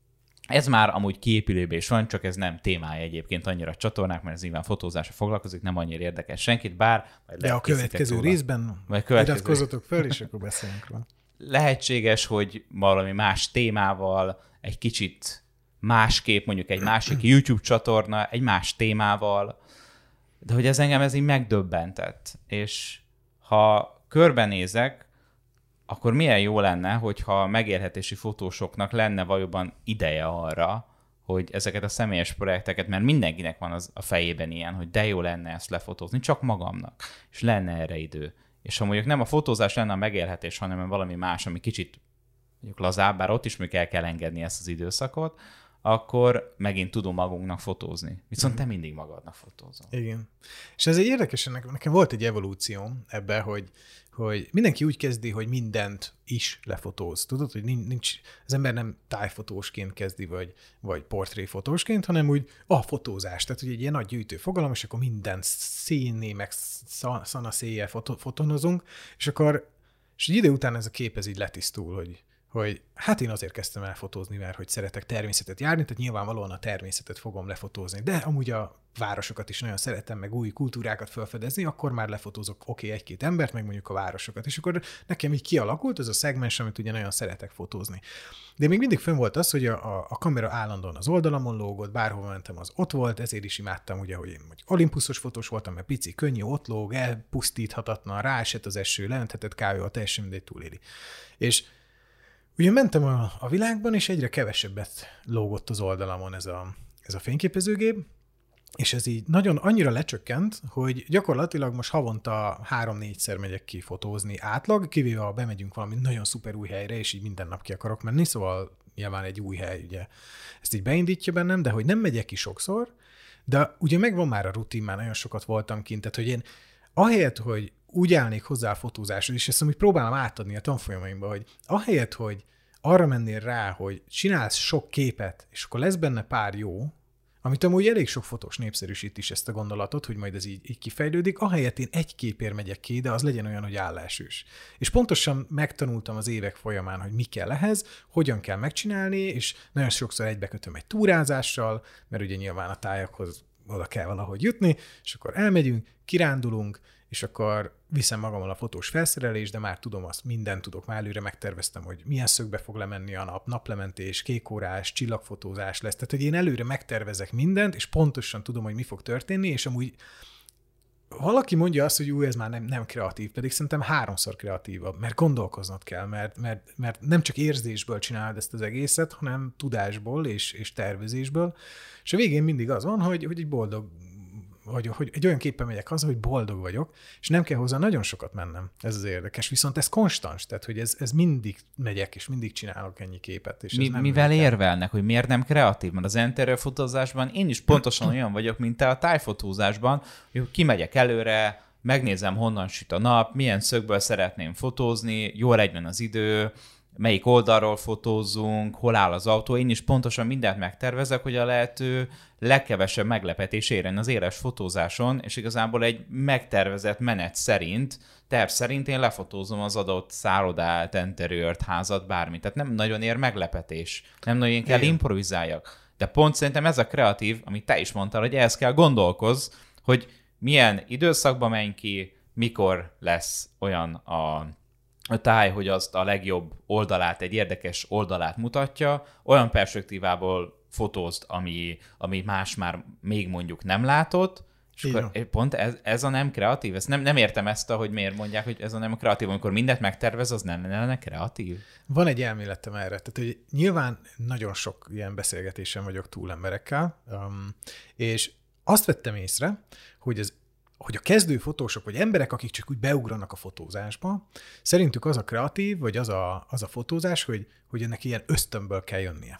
Ez már amúgy kiépülőben is van, csak ez nem témája egyébként annyira a csatornák, mert ez nyilván fotózásra foglalkozik, nem annyira érdekes senkit, bár... De a következő róla. részben iratkozzatok fel, és akkor beszélünk róla. Lehetséges, hogy valami más témával, egy kicsit másképp, mondjuk egy másik YouTube csatorna, egy más témával, de hogy ez engem ez így megdöbbentett. És ha körbenézek, akkor milyen jó lenne, hogyha a megélhetési fotósoknak lenne valóban ideje arra, hogy ezeket a személyes projekteket, mert mindenkinek van az a fejében ilyen, hogy de jó lenne ezt lefotózni, csak magamnak, és lenne erre idő. És ha mondjuk nem a fotózás lenne a megélhetés, hanem valami más, ami kicsit mondjuk lazább, bár ott is még el kell engedni ezt az időszakot, akkor megint tudom magunknak fotózni. Viszont te mindig magadnak fotózol. Igen. És ez egy érdekes, nekem, nekem volt egy evolúcióm ebben, hogy, hogy mindenki úgy kezdi, hogy mindent is lefotóz. Tudod, hogy nincs, az ember nem tájfotósként kezdi, vagy, vagy portréfotósként, hanem úgy a fotózás. Tehát, hogy egy ilyen nagy gyűjtő fogalom, és akkor minden színné, meg szanaszéjjel fotonozunk, és akkor és egy idő után ez a kép ez így letisztul, hogy hogy hát én azért kezdtem el fotózni, mert hogy szeretek természetet járni, tehát nyilvánvalóan a természetet fogom lefotózni, de amúgy a városokat is nagyon szeretem, meg új kultúrákat felfedezni, akkor már lefotózok oké, okay, egy-két embert, meg mondjuk a városokat, és akkor nekem így kialakult ez a szegmens, amit ugye nagyon szeretek fotózni. De még mindig fönn volt az, hogy a, a kamera állandóan az oldalamon lógott, bárhova mentem, az ott volt, ezért is imádtam, ugye, hogy én olimpuszos fotós voltam, mert pici, könnyű, ott lóg, elpusztíthatatlan, ráesett az eső, leönthetett kávéval, teljesen mindegy túléli. És ugye mentem a, a világban, és egyre kevesebbet lógott az oldalamon ez a, ez a fényképezőgép, és ez így nagyon annyira lecsökkent, hogy gyakorlatilag most havonta három-négyszer megyek ki fotózni átlag, kivéve ha bemegyünk valami nagyon szuper új helyre, és így minden nap ki akarok menni, szóval nyilván egy új hely, ugye ezt így beindítja bennem, de hogy nem megyek ki sokszor, de ugye megvan már a rutin, már nagyon sokat voltam kint, tehát hogy én ahelyett, hogy úgy állnék hozzá a fotózáshoz, és ezt amúgy próbálom átadni a tanfolyamaimba, hogy ahelyett, hogy arra mennél rá, hogy csinálsz sok képet, és akkor lesz benne pár jó, amit amúgy elég sok fotós népszerűsít is ezt a gondolatot, hogy majd ez így, így kifejlődik, ahelyett én egy képért megyek ki, de az legyen olyan, hogy állásűs. És pontosan megtanultam az évek folyamán, hogy mi kell ehhez, hogyan kell megcsinálni, és nagyon sokszor egybekötöm egy túrázással, mert ugye nyilván a tájakhoz oda kell valahogy jutni, és akkor elmegyünk, kirándulunk, és akkor viszem magammal a fotós felszerelést, de már tudom azt, mindent tudok, már előre megterveztem, hogy milyen szögbe fog lemenni a nap, naplementés, kékórás, csillagfotózás lesz. Tehát, hogy én előre megtervezek mindent, és pontosan tudom, hogy mi fog történni, és amúgy valaki mondja azt, hogy ú, ez már nem, nem kreatív, pedig szerintem háromszor kreatívabb, mert gondolkoznod kell, mert, mert, mert nem csak érzésből csinálod ezt az egészet, hanem tudásból és, és tervezésből, és a végén mindig az van, hogy, hogy egy boldog Hogy, hogy egy olyan képpen megyek haza, hogy boldog vagyok, és nem kell hozzá nagyon sokat mennem. Ez az érdekes. Viszont ez konstans, tehát hogy ez, ez mindig megyek, és mindig csinálok ennyi képet. És Mi, ez nem mivel érvelnek, hogy miért nem kreatív? Mert az interior fotózásban én is pontosan olyan vagyok, mint te a tájfotózásban, hogy kimegyek előre, megnézem, honnan süt a nap, milyen szögből szeretném fotózni, jól egyben az idő, melyik oldalról fotózzunk, hol áll az autó. Én is pontosan mindent megtervezek, hogy a lehető legkevesebb meglepetés érjen az éles fotózáson, és igazából egy megtervezett menet szerint, terv szerint én lefotózom az adott szállodát, interiört, házat, bármit. Tehát nem nagyon ér meglepetés. Nem nagyon kell Igen. improvizáljak. De pont szerintem ez a kreatív, amit te is mondtál, hogy ehhez kell gondolkozz, hogy milyen időszakban menj ki, mikor lesz olyan a a táj, hogy azt a legjobb oldalát, egy érdekes oldalát mutatja, olyan perspektívából fotózd, ami, ami más már még mondjuk nem látott, és Igen. akkor pont ez, ez a nem kreatív. Ezt nem, nem értem ezt, hogy miért mondják, hogy ez a nem kreatív. Amikor mindent megtervez, az nem lenne kreatív. Van egy elméletem erre. Tehát, hogy nyilván nagyon sok ilyen beszélgetésen vagyok túl emberekkel, um, és azt vettem észre, hogy ez hogy a kezdő fotósok, vagy emberek, akik csak úgy beugranak a fotózásba, szerintük az a kreatív, vagy az a, az a fotózás, hogy, hogy ennek ilyen ösztönből kell jönnie.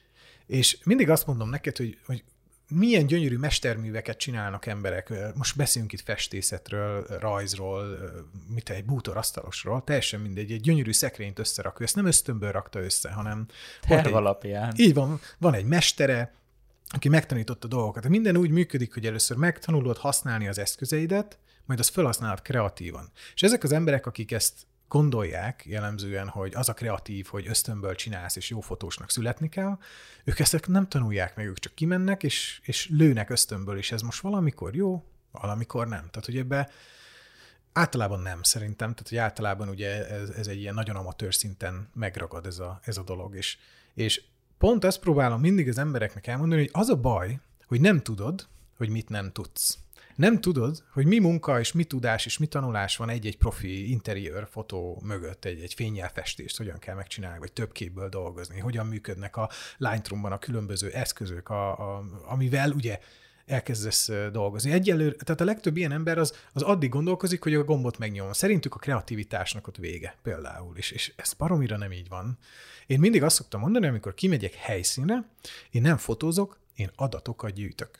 És mindig azt mondom neked, hogy, hogy milyen gyönyörű mesterműveket csinálnak emberek. Most beszélünk itt festészetről, rajzról, mit egy bútorasztalosról, teljesen mindegy, egy gyönyörű szekrényt összerakja. Ezt nem ösztönből rakta össze, hanem... Terv alapján. Így van, van egy mestere, aki megtanította dolgokat. Minden úgy működik, hogy először megtanulod használni az eszközeidet, majd azt felhasználod kreatívan. És ezek az emberek, akik ezt gondolják jellemzően, hogy az a kreatív, hogy ösztönből csinálsz, és jó fotósnak születni kell, ők ezt nem tanulják meg, ők csak kimennek, és, és lőnek ösztönből, és ez most valamikor jó, valamikor nem. Tehát, hogy ebbe általában nem, szerintem. Tehát, hogy általában ugye ez, ez egy ilyen nagyon amatőr szinten megragad ez a, ez a dolog. És, és pont ezt próbálom mindig az embereknek elmondani, hogy az a baj, hogy nem tudod, hogy mit nem tudsz. Nem tudod, hogy mi munka és mi tudás és mi tanulás van egy-egy profi interiőr fotó mögött, egy-egy fényjelfestést, hogyan kell megcsinálni, vagy több képből dolgozni, hogyan működnek a Lightroom-ban a különböző eszközök, a, a, amivel ugye elkezdesz dolgozni. Egyelőre, tehát a legtöbb ilyen ember az, az addig gondolkozik, hogy a gombot megnyom. Szerintük a kreativitásnak ott vége például, és, és ez baromira nem így van. Én mindig azt szoktam mondani, amikor kimegyek helyszínre, én nem fotózok, én adatokat gyűjtök.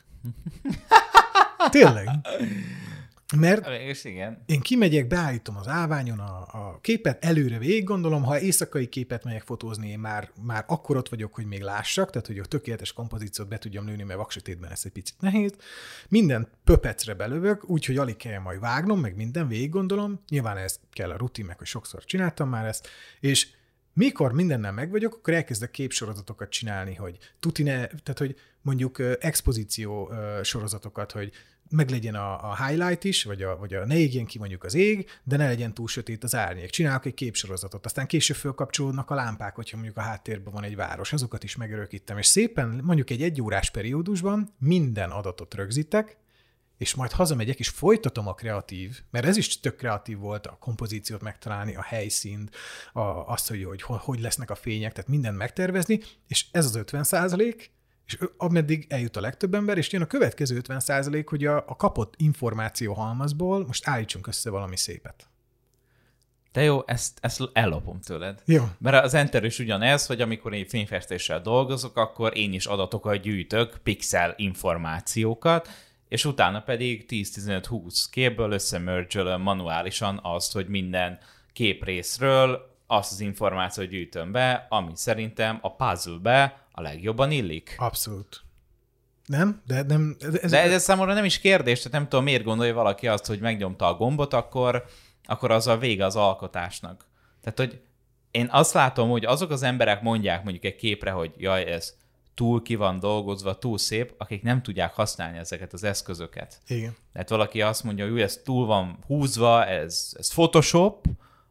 Tényleg. Mert igen. én kimegyek, beállítom az állványon a, a képet, előre végig gondolom, ha éjszakai képet megyek fotózni, én már, már akkor ott vagyok, hogy még lássak, tehát hogy a tökéletes kompozíciót be tudjam lőni, mert vaksötétben ez egy picit nehéz. Minden pöpecre belövök, úgyhogy alig kell majd vágnom, meg minden végig gondolom. Nyilván ez kell a rutin, meg hogy sokszor csináltam már ezt, és mikor mindennel meg vagyok, akkor elkezdek képsorozatokat csinálni, hogy tutine, tehát hogy mondjuk expozíció sorozatokat, hogy meglegyen a, a highlight is, vagy a, vagy a ne égjen ki mondjuk az ég, de ne legyen túl sötét az árnyék. Csinálok egy képsorozatot, aztán később fölkapcsolódnak a lámpák, hogyha mondjuk a háttérben van egy város, azokat is megörökítem, és szépen mondjuk egy egyórás periódusban minden adatot rögzítek, és majd hazamegyek, és folytatom a kreatív, mert ez is tök kreatív volt, a kompozíciót megtalálni, a helyszínt, a, azt, hogy, hogy hogy lesznek a fények, tehát mindent megtervezni, és ez az ötven százalék, és ameddig eljut a legtöbb ember, és jön a következő ötven százalék, hogy a, a kapott információ halmazból most állítsunk össze valami szépet. De jó, ezt, ezt ellopom tőled. Jó. Mert az Enter is ugyanez, hogy amikor én fényfestéssel dolgozok, akkor én is adatokat gyűjtök, pixel információkat, és utána pedig tíz-tizenöt-húsz képből összemergelöm manuálisan azt, hogy minden képrészről azt az információt gyűjtöm be, ami szerintem a puzzle-be a legjobban illik. Abszolút. Nem? De, nem, ez, de ez számomra nem is kérdés, tehát nem tudom, miért gondolja valaki azt, hogy megnyomta a gombot, akkor, akkor az a vége az alkotásnak. Tehát, hogy én azt látom, hogy azok az emberek mondják mondjuk egy képre, hogy jaj, ez túl ki van dolgozva, túl szép, akik nem tudják használni ezeket az eszközöket. Igen. Tehát valaki azt mondja, hogy ez túl van húzva, ez, ez Photoshop.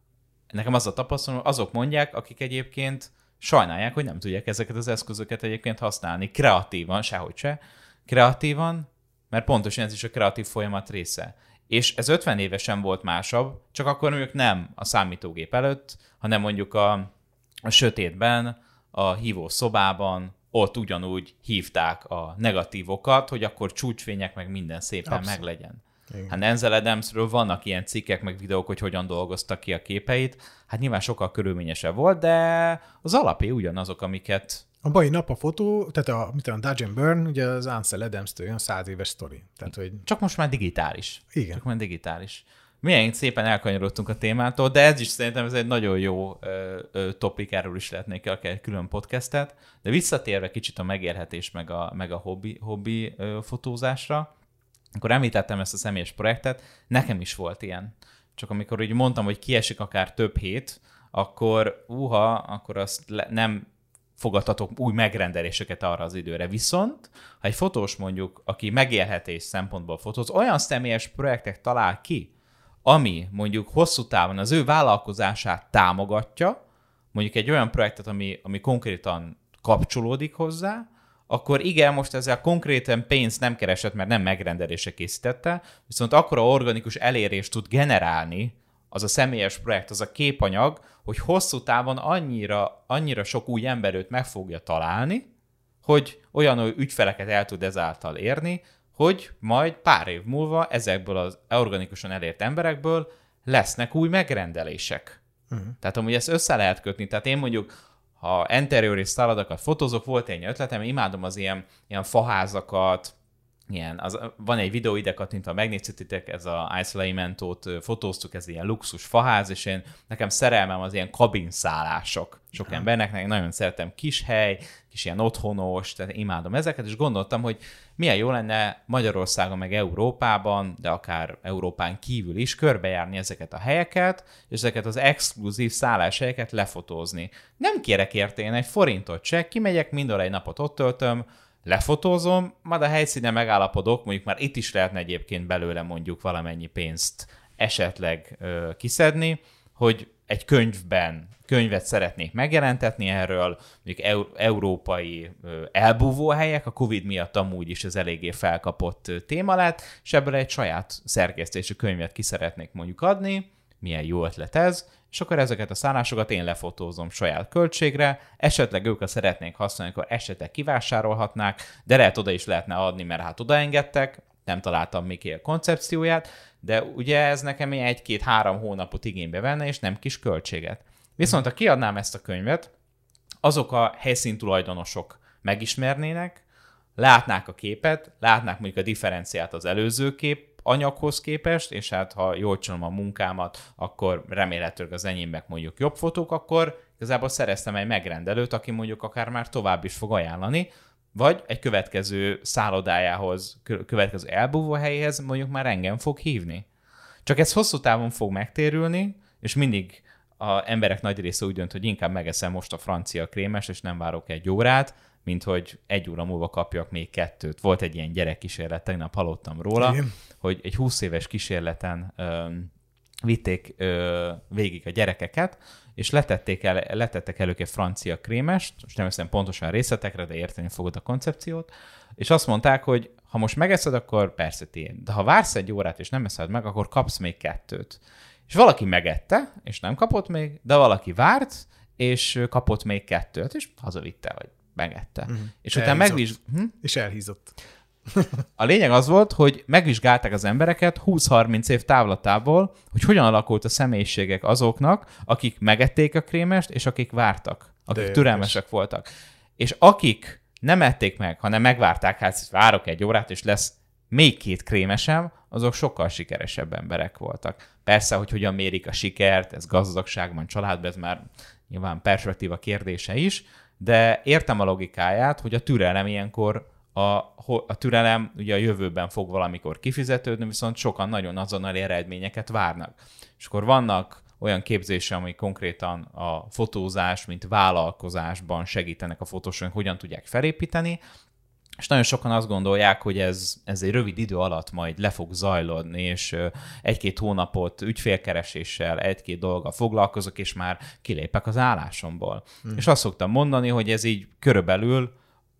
Nekem az a tapasztalat, azok mondják, akik egyébként sajnálják, hogy nem tudják ezeket az eszközöket egyébként használni kreatívan, sehogy se, kreatívan, mert pontosan ez is a kreatív folyamat része. És ez ötven évesen volt másabb, csak akkor ők nem a számítógép előtt, hanem mondjuk a, a sötétben, a hívó szobában, ott ugyanúgy hívták a negatívokat, hogy akkor csúcsfények meg minden szépen Abszolút. meglegyen. Igen. Hát Ansel Adamsről vannak ilyen cikkek, meg videók, hogy hogyan dolgoztak ki a képeit. Hát nyilván sokkal körülményesebb volt, de az alapé ugyanazok, amiket... A mai nap a fotó, tehát a, mit tudom, Dodge and Burn, ugye az Ansel Adams-től olyan száz éves sztori. Tehát, hogy... Csak most már digitális. Igen. Csak már digitális. Milyen szépen elkanyarodtunk a témától, de ez is szerintem ez egy nagyon jó ö, ö, topik, erről is lehetnék egy külön podcastet. De visszatérve kicsit a megélhetés meg a, meg a hobbi, hobbi ö, fotózásra, akkor említettem ezt a személyes projektet, nekem is volt ilyen. Csak amikor úgy mondtam, hogy kiesik akár több hét, akkor uha, akkor azt le, nem fogadhatok új megrendeléseket arra az időre. Viszont, ha egy fotós mondjuk, aki megélhetés szempontból fotóz, olyan személyes projektek talál ki, ami mondjuk hosszú távon az ő vállalkozását támogatja, mondjuk egy olyan projektet, ami, ami konkrétan kapcsolódik hozzá, akkor igen, most ezzel konkrétan pénzt nem keresett, mert nem megrendelésre készítette, viszont akkora organikus elérést tud generálni az a személyes projekt, az a képanyag, hogy hosszú távon annyira, annyira sok új ember őt meg fogja találni, hogy olyan ügyfeleket el tud ezáltal érni, hogy majd pár év múlva ezekből az organikusan elért emberekből lesznek új megrendelések. Uh-huh. Tehát amúgy ezt össze lehet kötni. Tehát én mondjuk, ha interiorist szálladokat fotózok, volt egy ötletem, imádom az ilyen, ilyen faházakat, ilyen, az, van egy videó idekat, mint ha megnézhetitek, ez a Isolamentót fotóztuk, ez ilyen luxus faház, és én, nekem szerelmem az ilyen kabinszállások. Sok uh-huh. embernek nagyon szeretem kis hely, kis ilyen otthonos, tehát imádom ezeket, és gondoltam, hogy milyen jó lenne Magyarországon, meg Európában, de akár Európán kívül is körbejárni ezeket a helyeket, és ezeket az exkluzív szálláshelyeket lefotózni. Nem kérek érte én egy forintot se, kimegyek, mindor egy napot ott töltöm, lefotózom, majd a helyszínen megállapodok, mondjuk már itt is lehetne egyébként belőle mondjuk valamennyi pénzt esetleg ö, kiszedni, hogy egy könyvben, könyvet szeretnék megjelentetni erről, mondjuk eur, európai ö, elbúvóhelyek, a Covid miatt amúgy is ez eléggé felkapott ö, téma lett, és ebből egy saját szerkesztésű könyvet ki szeretnék mondjuk adni, milyen jó ötlet ez, és akkor ezeket a szállásokat én lefotózom saját költségre, esetleg ők a szeretnénk használni, akkor esetleg kivásárolhatnák, de lehet oda is lehetne adni, mert hát odaengedtek, nem találtam még ki a koncepcióját, de ugye ez nekem egy-két-három hónapot igénybe venne, és nem kis költséget. Viszont ha kiadnám ezt a könyvet, azok a helyszíntulajdonosok megismernének, látnák a képet, látnák mondjuk a differenciát az előző kép anyaghoz képest, és hát ha jól csinálom a munkámat, akkor remélhetőleg az enyémek mondjuk jobb fotók, akkor igazából szereztem egy megrendelőt, aki mondjuk akár már tovább is fog ajánlani, vagy egy következő szállodájához, következő elbúvóhelyhez mondjuk már engem fog hívni. Csak ez hosszú távon fog megtérülni, és mindig az emberek nagy része úgy dönt, hogy inkább megeszem most a francia krémest, és nem várok egy órát, mint hogy egy óra múlva kapjak még kettőt. Volt egy ilyen gyerekkísérlet, tegnap hallottam róla, igen, hogy egy húsz éves kísérleten ö, vitték ö, végig a gyerekeket, és letették el, letettek elők egy francia krémest, most nem hiszem pontosan részletekre, de érteni fogod a koncepciót, és azt mondták, hogy ha most megeszed, akkor persze tiéd. De ha vársz egy órát, és nem eszed meg, akkor kapsz még kettőt. És valaki megette, és nem kapott még, de valaki várt, és kapott még kettőt, és hazavitte, vagy megette. Uh-huh. És utána megviz... Hm? És elhízott. A lényeg az volt, hogy megvizsgálták az embereket húsz-harminc év távlatából, hogy hogyan alakult a személyiségek azoknak, akik megették a krémest, és akik vártak, akik de türelmesek és... voltak. És akik nem ették meg, hanem megvárták, hát várok egy órát, és lesz még két krémesem, azok sokkal sikeresebb emberek voltak. Persze, hogy hogyan mérik a sikert, ez gazdagságban, családban, ez már nyilván perspektíva kérdése is, de értem a logikáját, hogy a türelem ilyenkor a, a türelem ugye a jövőben fog valamikor kifizetődni, viszont sokan nagyon azonnali eredményeket várnak. És akkor vannak olyan képzése, ami konkrétan a fotózás, mint vállalkozásban segítenek a fotósok, hogyan tudják felépíteni, és nagyon sokan azt gondolják, hogy ez, ez egy rövid idő alatt majd le fog zajlodni, és egy-két hónapot ügyfélkereséssel, egy-két dologgal foglalkozok, és már kilépek az állásomból. Hmm. És azt szoktam mondani, hogy ez így körülbelül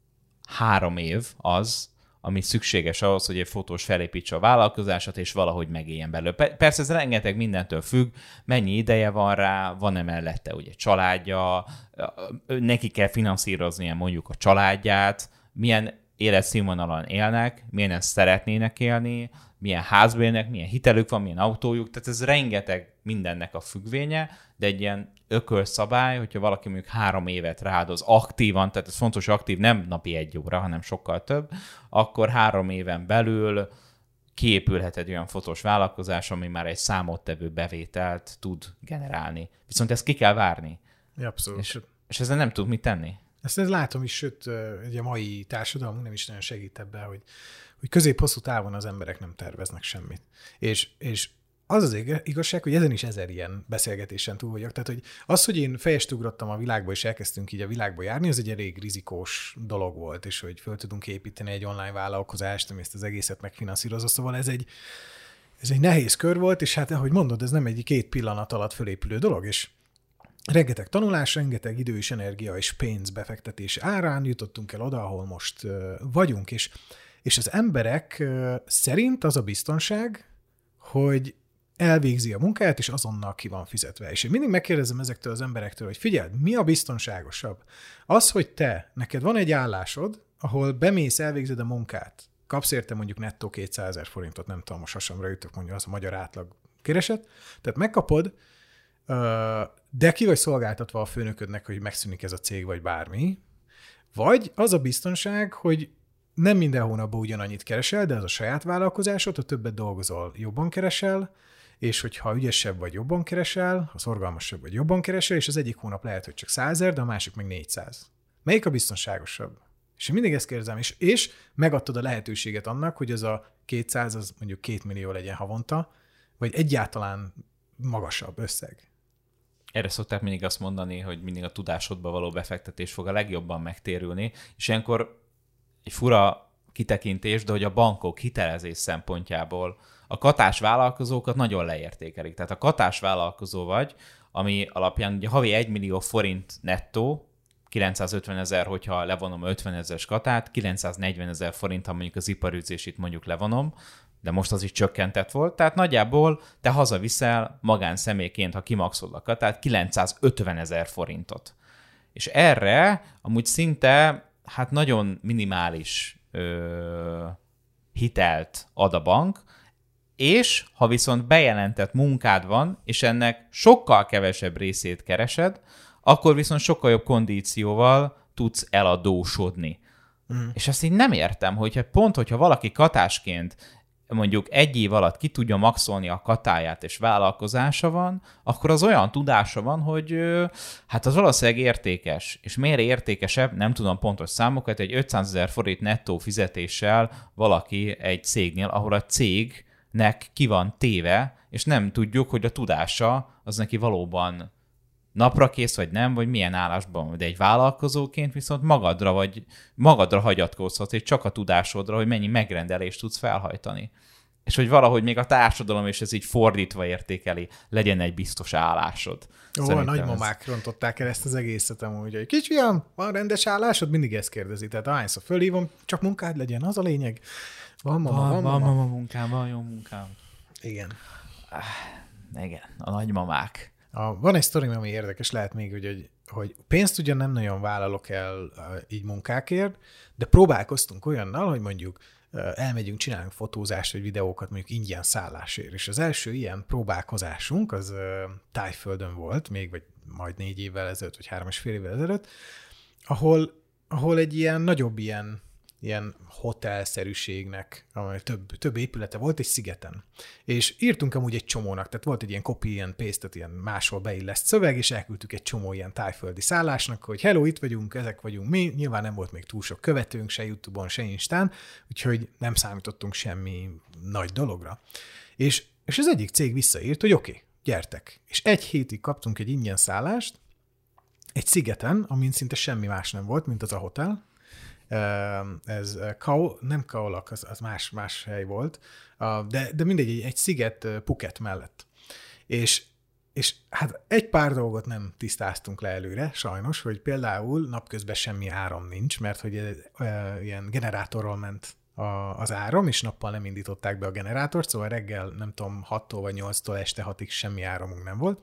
három év az, ami szükséges ahhoz, hogy egy fotós felépítse a vállalkozását, és valahogy megéljen belőle. Persze ez rengeteg mindentől függ, mennyi ideje van rá, van-e mellette ugye családja, neki kell finanszíroznia mondjuk a családját, milyen életszínvonalon élnek, milyen szeretnének élni, milyen házba élnek, milyen hitelük van, milyen autójuk, tehát ez rengeteg mindennek a függvénye, de egy ilyen ökölszabály, hogyha valaki mondjuk három évet rááldoz aktívan, tehát ez fontos, aktív, nem napi egy óra, hanem sokkal több, akkor három éven belül kiépülhet egy olyan fotós vállalkozás, ami már egy számottevő bevételt tud generálni. Viszont ezt ki kell várni. Abszolút. És, és ezzel nem tud mit tenni. Ezt, ezt látom is, sőt, ugye a mai társadalom nem is nagyon segít ebben, hogy, hogy közép-hosszú távon az emberek nem terveznek semmit. És, és az az igazság, hogy ezen is ezer ilyen beszélgetésen túl vagyok. Tehát, hogy az, hogy én fejest ugrottam a világba, és elkezdtünk így a világba járni, az egy elég rizikós dolog volt, és hogy föl tudunk építeni egy online vállalkozást, ami ezt az egészet megfinanszírozza. Szóval ez egy, ez egy nehéz kör volt, és hát, ahogy mondod, ez nem egy két pillanat alatt fölépülő dolog, és rengeteg tanulás, rengeteg idő és energia és pénz befektetés árán jutottunk el oda, ahol most uh, vagyunk, és, és az emberek uh, szerint az a biztonság, hogy elvégzi a munkáját, és azonnal ki van fizetve. És én mindig megkérdezem ezektől az emberektől, hogy figyeld, mi a biztonságosabb? Az, hogy te, neked van egy állásod, ahol bemész, elvégzed a munkát, kapsz érte mondjuk nettó kétszázezer forintot, nem tudom, most hasamra ütök, mondja az a magyar átlag kereset, tehát megkapod, de ki vagy szolgáltatva a főnöködnek, hogy megszűnik ez a cég, vagy bármi, vagy az a biztonság, hogy nem minden hónapban ugyanannyit keresel, de az a saját vállalkozásod, ha többet dolgozol, jobban keresel, és hogyha ügyesebb vagy, jobban keresel, ha szorgalmasabb vagy, jobban keresel, és az egyik hónap lehet, hogy csak százezer, de a másik meg négyszáz. Melyik a biztonságosabb? És én mindig ezt kérdezem, és, és megadtad a lehetőséget annak, hogy az a kétszáz, az mondjuk két millió legyen havonta, vagy egyáltalán magasabb összeg. Erre szokták mindig azt mondani, hogy mindig a tudásodba való befektetés fog a legjobban megtérülni, és ilyenkor egy fura kitekintés, de hogy a bankok hitelezés szempontjából a katás vállalkozókat nagyon leértékelik. Tehát a katás vállalkozó vagy, ami alapján ugye havi egy millió forint nettó, kilencszázötven ezer, hogyha levonom ötven ezeres katát, kilencszáznegyven ezer forint, ha mondjuk az iparűzését mondjuk levonom, de most az is csökkentett volt, tehát nagyjából te hazaviszel magánszemélyként, ha kimaxolod a katát, kilencszázötven ezer forintot. És erre amúgy szinte hát nagyon minimális ö, hitelt ad a bank, és ha viszont bejelentett munkád van, és ennek sokkal kevesebb részét keresed, akkor viszont sokkal jobb kondícióval tudsz eladósodni. Mm. És ezt így nem értem, hogyha pont, hogyha valaki katásként mondjuk egy év alatt ki tudja maxolni a katáját, és vállalkozása van, akkor az olyan tudása van, hogy hát az valószínűleg értékes. És miért értékesebb, nem tudom pontos számokat, egy ötszázezer forint nettó fizetéssel valaki egy cégnél, ahol a cégnek ki van téve, és nem tudjuk, hogy a tudása az neki valóban napra kész, vagy nem, vagy milyen állásban, de egy vállalkozóként viszont magadra, vagy magadra hagyatkozhatsz, és csak a tudásodra, hogy mennyi megrendelést tudsz felhajtani. És hogy valahogy még a társadalom, és ez így fordítva értékeli, legyen egy biztos állásod. Ó, a nagymamák ez... rontották el ezt az egészet amúgy, hogy kisfiam, van rendes állásod? Mindig ezt kérdezi. Tehát ahányszor fölhívom, csak munkád legyen, az a lényeg. Van mama, van, van mama. Van mama munkám, van jó munkám. Igen. Ah, igen, a nagymamák. A, van egy sztorim, ami érdekes, lehet még, hogy, hogy, hogy pénzt ugyan nem nagyon vállalok el uh, így munkákért, de próbálkoztunk olyannal, hogy mondjuk uh, elmegyünk, csinálunk fotózást, vagy videókat mondjuk ingyen szállásért. És az első ilyen próbálkozásunk az uh, Tájföldön volt, még vagy majd négy évvel ezelőtt, vagy három és fél évvel ezelőtt, ahol, ahol egy ilyen nagyobb ilyen ilyen hotelszerűségnek, amely több, több épülete volt, egy szigeten. És írtunk amúgy egy csomónak, tehát volt egy ilyen copy and paste, ilyen máshol beilleszt szöveg, és elküldtük egy csomó ilyen tájföldi szállásnak, hogy hello, itt vagyunk, ezek vagyunk mi, nyilván nem volt még túl sok követőnk, se YouTube-on, se Instán, úgyhogy nem számítottunk semmi nagy dologra. És, és az egyik cég visszaírt, hogy oké, okay, gyertek. És egy hétig kaptunk egy ingyen szállást, egy szigeten, amin szinte semmi más nem volt, mint az a hotel. Ez Kao, nem Kaolak, az, az más, más hely volt, de, de mindegy, egy, egy sziget Phuket mellett. És, és hát egy pár dolgot nem tisztáztunk le előre, sajnos, hogy például napközben semmi áram nincs, mert hogy ilyen generátorról ment az áram, és nappal nem indították be a generátort, szóval reggel, nem tudom, hattól vagy nyolctól este hatig semmi áramunk nem volt.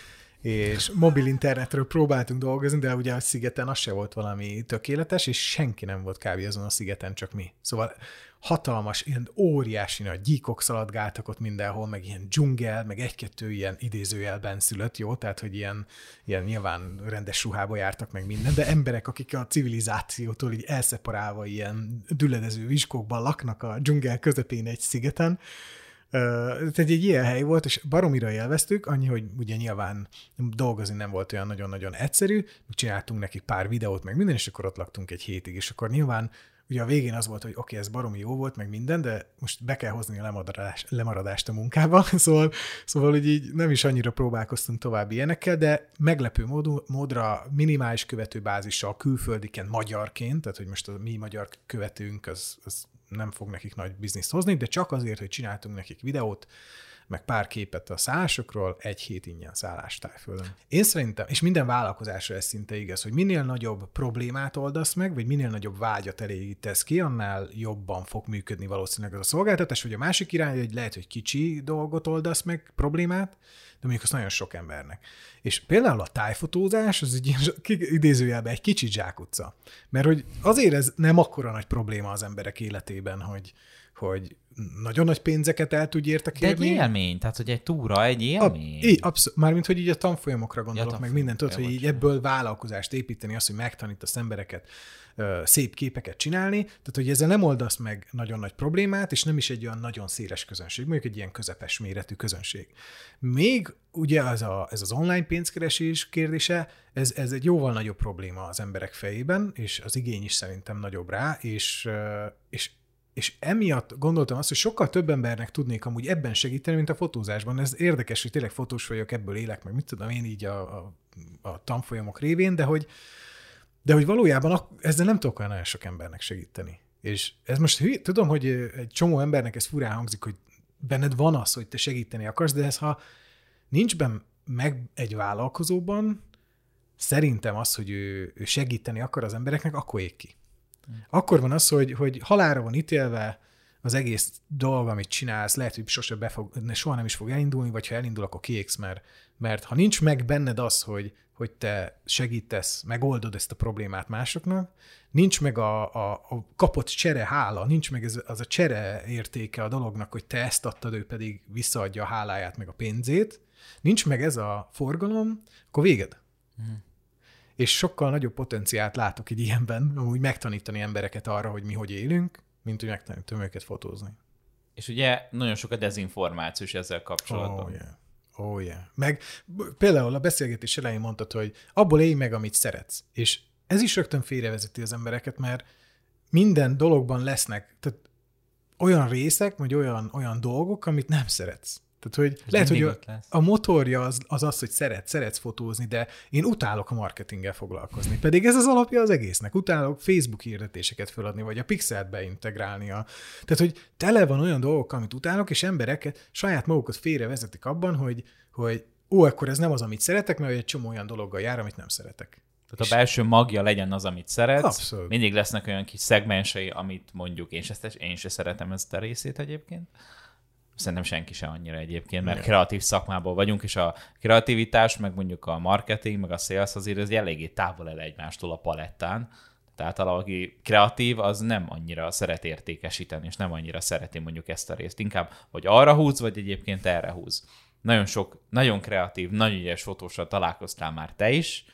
És mobil internetről próbáltunk dolgozni, de ugye a szigeten az se volt valami tökéletes, és senki nem volt kb. Azon a szigeten, csak mi. Szóval hatalmas, ilyen óriási nagy gyíkok szaladgáltak ott mindenhol, meg ilyen dzsungel, meg egy-kettő ilyen idézőjelben szülött, jó? Tehát, hogy ilyen, ilyen nyilván rendes ruhába jártak meg minden, de emberek, akik a civilizációtól így elszeparálva ilyen düledező viskókban laknak a dzsungel közepén egy szigeten. Uh, tehát egy ilyen hely volt, és baromira élveztük, annyi, hogy ugye nyilván dolgozni nem volt olyan nagyon-nagyon egyszerű, csináltunk nekik pár videót, meg minden, és akkor ott laktunk egy hétig, és akkor nyilván ugye a végén az volt, hogy oké, okay, ez baromi jó volt, meg minden, de most be kell hozni a lemaradást, lemaradást a munkába, szóval, szóval hogy így nem is annyira próbálkoztunk tovább ilyenekkel, de meglepő mód, módra minimális követőbázissal külföldiken magyarként, tehát hogy most a mi magyar követőnk az, az nem fog nekik nagy bizniszt hozni, de csak azért, hogy csináltunk nekik videót, meg pár képet a szállásokról, egy hét ingyen szállás Tájföldön. Én szerintem, és minden vállalkozásra ez szinte igaz, hogy minél nagyobb problémát oldasz meg, vagy minél nagyobb vágyat elégítesz ki, annál jobban fog működni valószínűleg az a szolgáltatás, vagy a másik irány, hogy lehet, hogy kicsi dolgot oldasz meg, problémát, de mondjuk az nagyon sok embernek. És például a tájfotózás, az egy ilyen idézőjelben egy kicsi zsákutca. Mert hogy azért ez nem akkora nagy probléma az emberek életében, hogy, hogy nagyon nagy pénzeket el tudj érte kérni. De egy élmény, tehát hogy egy túra, egy élmény. A, abszolút, mármint, hogy így a tanfolyamokra gondolok, ja, meg mindent, tudod, hogy így ebből vállalkozást építeni, azt, hogy megtanítasz embereket ö, szép képeket csinálni, tehát hogy ezzel nem oldasz meg nagyon nagy problémát, és nem is egy olyan nagyon széles közönség, mondjuk egy ilyen közepes méretű közönség. Még ugye az a, ez az online pénzkeresés kérdése, ez, ez egy jóval nagyobb probléma az emberek fejében, és az igény is szerintem nagyobb rá, és, ö, és És emiatt gondoltam azt, hogy sokkal több embernek tudnék amúgy ebben segíteni, mint a fotózásban. Ez érdekes, hogy tényleg fotós vagyok, ebből élek, meg mit tudom én így a, a, a tanfolyamok révén, de hogy, de hogy valójában ezzel nem tudok olyan nagyon sok embernek segíteni. És ez most tudom, hogy egy csomó embernek ez furán hangzik, hogy benned van az, hogy te segíteni akarsz, de ez ha nincs benne meg egy vállalkozóban, szerintem az, hogy ő, ő segíteni akar az embereknek, akkor ég ki. Akkor van az, hogy, hogy halálra van ítélve az egész dolog, amit csinálsz, lehet, hogy sose befog, soha nem is fog elindulni, vagy ha elindul, akkor kiégsz, mert, mert ha nincs meg benned az, hogy, hogy te segítesz, megoldod ezt a problémát másoknak, nincs meg a, a, a kapott csere hála, nincs meg ez, az a csere értéke a dolognak, hogy te ezt adtad, ő pedig visszaadja a háláját, meg a pénzét, nincs meg ez a forgalom, akkor véged. Mm. És sokkal nagyobb potenciált látok így ilyenben, amúgy megtanítani embereket arra, hogy mi hogy élünk, mint hogy megtanítom őket fotózni. És ugye nagyon sok a dezinformáció is ezzel kapcsolatban. Oh yeah. Oh yeah. Meg például a beszélgetés elején mondtad, hogy abból élj meg, amit szeretsz. És ez is rögtön félrevezeti az embereket, mert minden dologban lesznek tehát olyan részek, vagy olyan, olyan dolgok, amit nem szeretsz. Tehát, hogy ez lehet, hogy a, a motorja az, az az, hogy szeret, szeretsz fotózni, de én utálok a marketinggel foglalkozni. Pedig ez az alapja az egésznek. Utálok Facebook hirdetéseket feladni, vagy a Pixelt beintegrálni. A... Tehát, hogy tele van olyan dolgok, amit utálok, és emberek saját magukat félrevezetik abban, hogy, hogy ó, akkor ez nem az, amit szeretek, mert egy csomó olyan dologgal jár, amit nem szeretek. Tehát és... a belső magja legyen az, amit szeretsz. Abszolút. Mindig lesznek olyan kis szegmensei, amit mondjuk én se, én se szeretem ezt a részét egyébként. Szerintem senki se annyira egyébként, mert kreatív szakmából vagyunk, és a kreativitás, meg mondjuk a marketing, meg a sales azért ez eléggé távol el egymástól a palettán. Tehát aki kreatív, az nem annyira szeret értékesíteni, és nem annyira szereti mondjuk ezt a részt. Inkább, hogy arra húz, vagy egyébként erre húz. Nagyon sok, nagyon kreatív, nagyon ügyes fotóssal találkoztál már te is,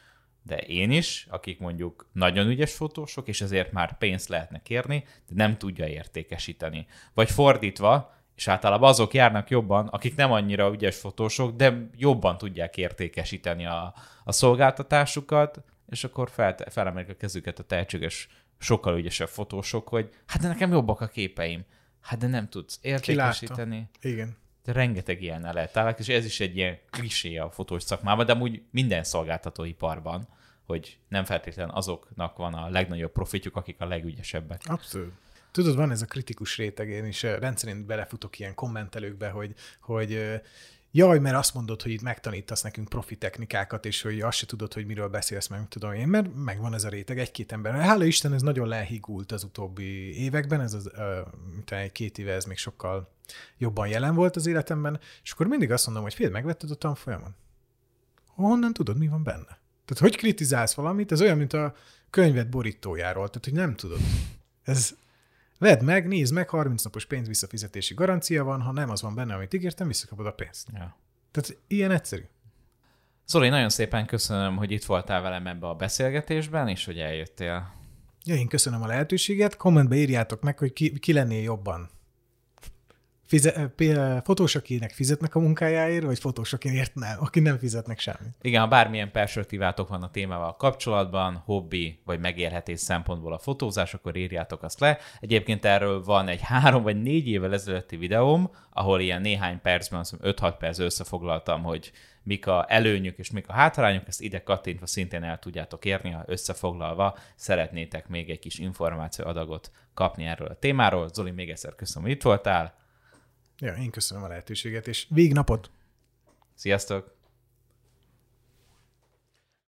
de én is, akik mondjuk nagyon ügyes fotósok, és ezért már pénzt lehetne kérni, de nem tudja értékesíteni. Vagy fordítva, és általában azok járnak jobban, akik nem annyira ügyes fotósok, de jobban tudják értékesíteni a, a szolgáltatásukat, és akkor fel, felemelik a kezüket a tehetséges, sokkal ügyesebb fotósok, hogy hát de nekem jobbak a képeim. Hát de nem tudsz értékesíteni. Igen. De rengeteg ilyennel lehet találkozni, és ez is egy ilyen klisé a fotós szakmában, de amúgy minden szolgáltatóiparban, hogy nem feltétlenül azoknak van a legnagyobb profitjuk, akik a legügyesebbek. Abszolút. Tudod, van ez a kritikus réteg, én is rendszerint belefutok ilyen kommentelőkbe, hogy, hogy jaj, mert azt mondod, hogy itt megtanítasz nekünk profi technikákat, és hogy azt se tudod, hogy miről beszélsz, meg tudom én, mert megvan ez a réteg egy-két ember. Hála Isten, ez nagyon lehigult az utóbbi években, ez az uh, egy két éve ez még sokkal jobban jelen volt az életemben, és akkor mindig azt mondom, hogy fél, megvetted a tanfolyamon? Honnan tudod, mi van benne? Tehát hogy kritizálsz valamit? Ez olyan, mint a könyved borítójáról, tehát hogy nem tudod. Ez vedd meg, nézd meg, harminc napos pénz visszafizetési garancia van, ha nem az van benne, amit ígértem, visszakapod a pénzt. Ja. Tehát ilyen egyszerű. Zoli, nagyon szépen köszönöm, hogy itt voltál velem ebbe a beszélgetésben, és hogy eljöttél. Ja, én köszönöm a lehetőséget. Kommentbe írjátok meg, hogy ki, ki lennél jobban. Fize, fotós, akinek fizetnek a munkájáért, vagy fotós, akinek nem, aki nem fizetnek semmit. Igen, ha bármilyen perspektívátok van a témával kapcsolatban, hobbi vagy megélhetés szempontból a fotózás, akkor írjátok azt le. Egyébként erről van egy három vagy négy évvel ezelőtti videóm, ahol ilyen néhány percben, azt hiszem öt-hat perc összefoglaltam, hogy mik a előnyök és mik a hátrányok, ezt ide kattintva szintén el tudjátok érni, ha összefoglalva szeretnétek még egy kis információadagot kapni erről a témáról. Zoli, még egyszer köszönöm, hogy itt voltál. Ja, én köszönöm a lehetőséget, és végnapot! Sziasztok!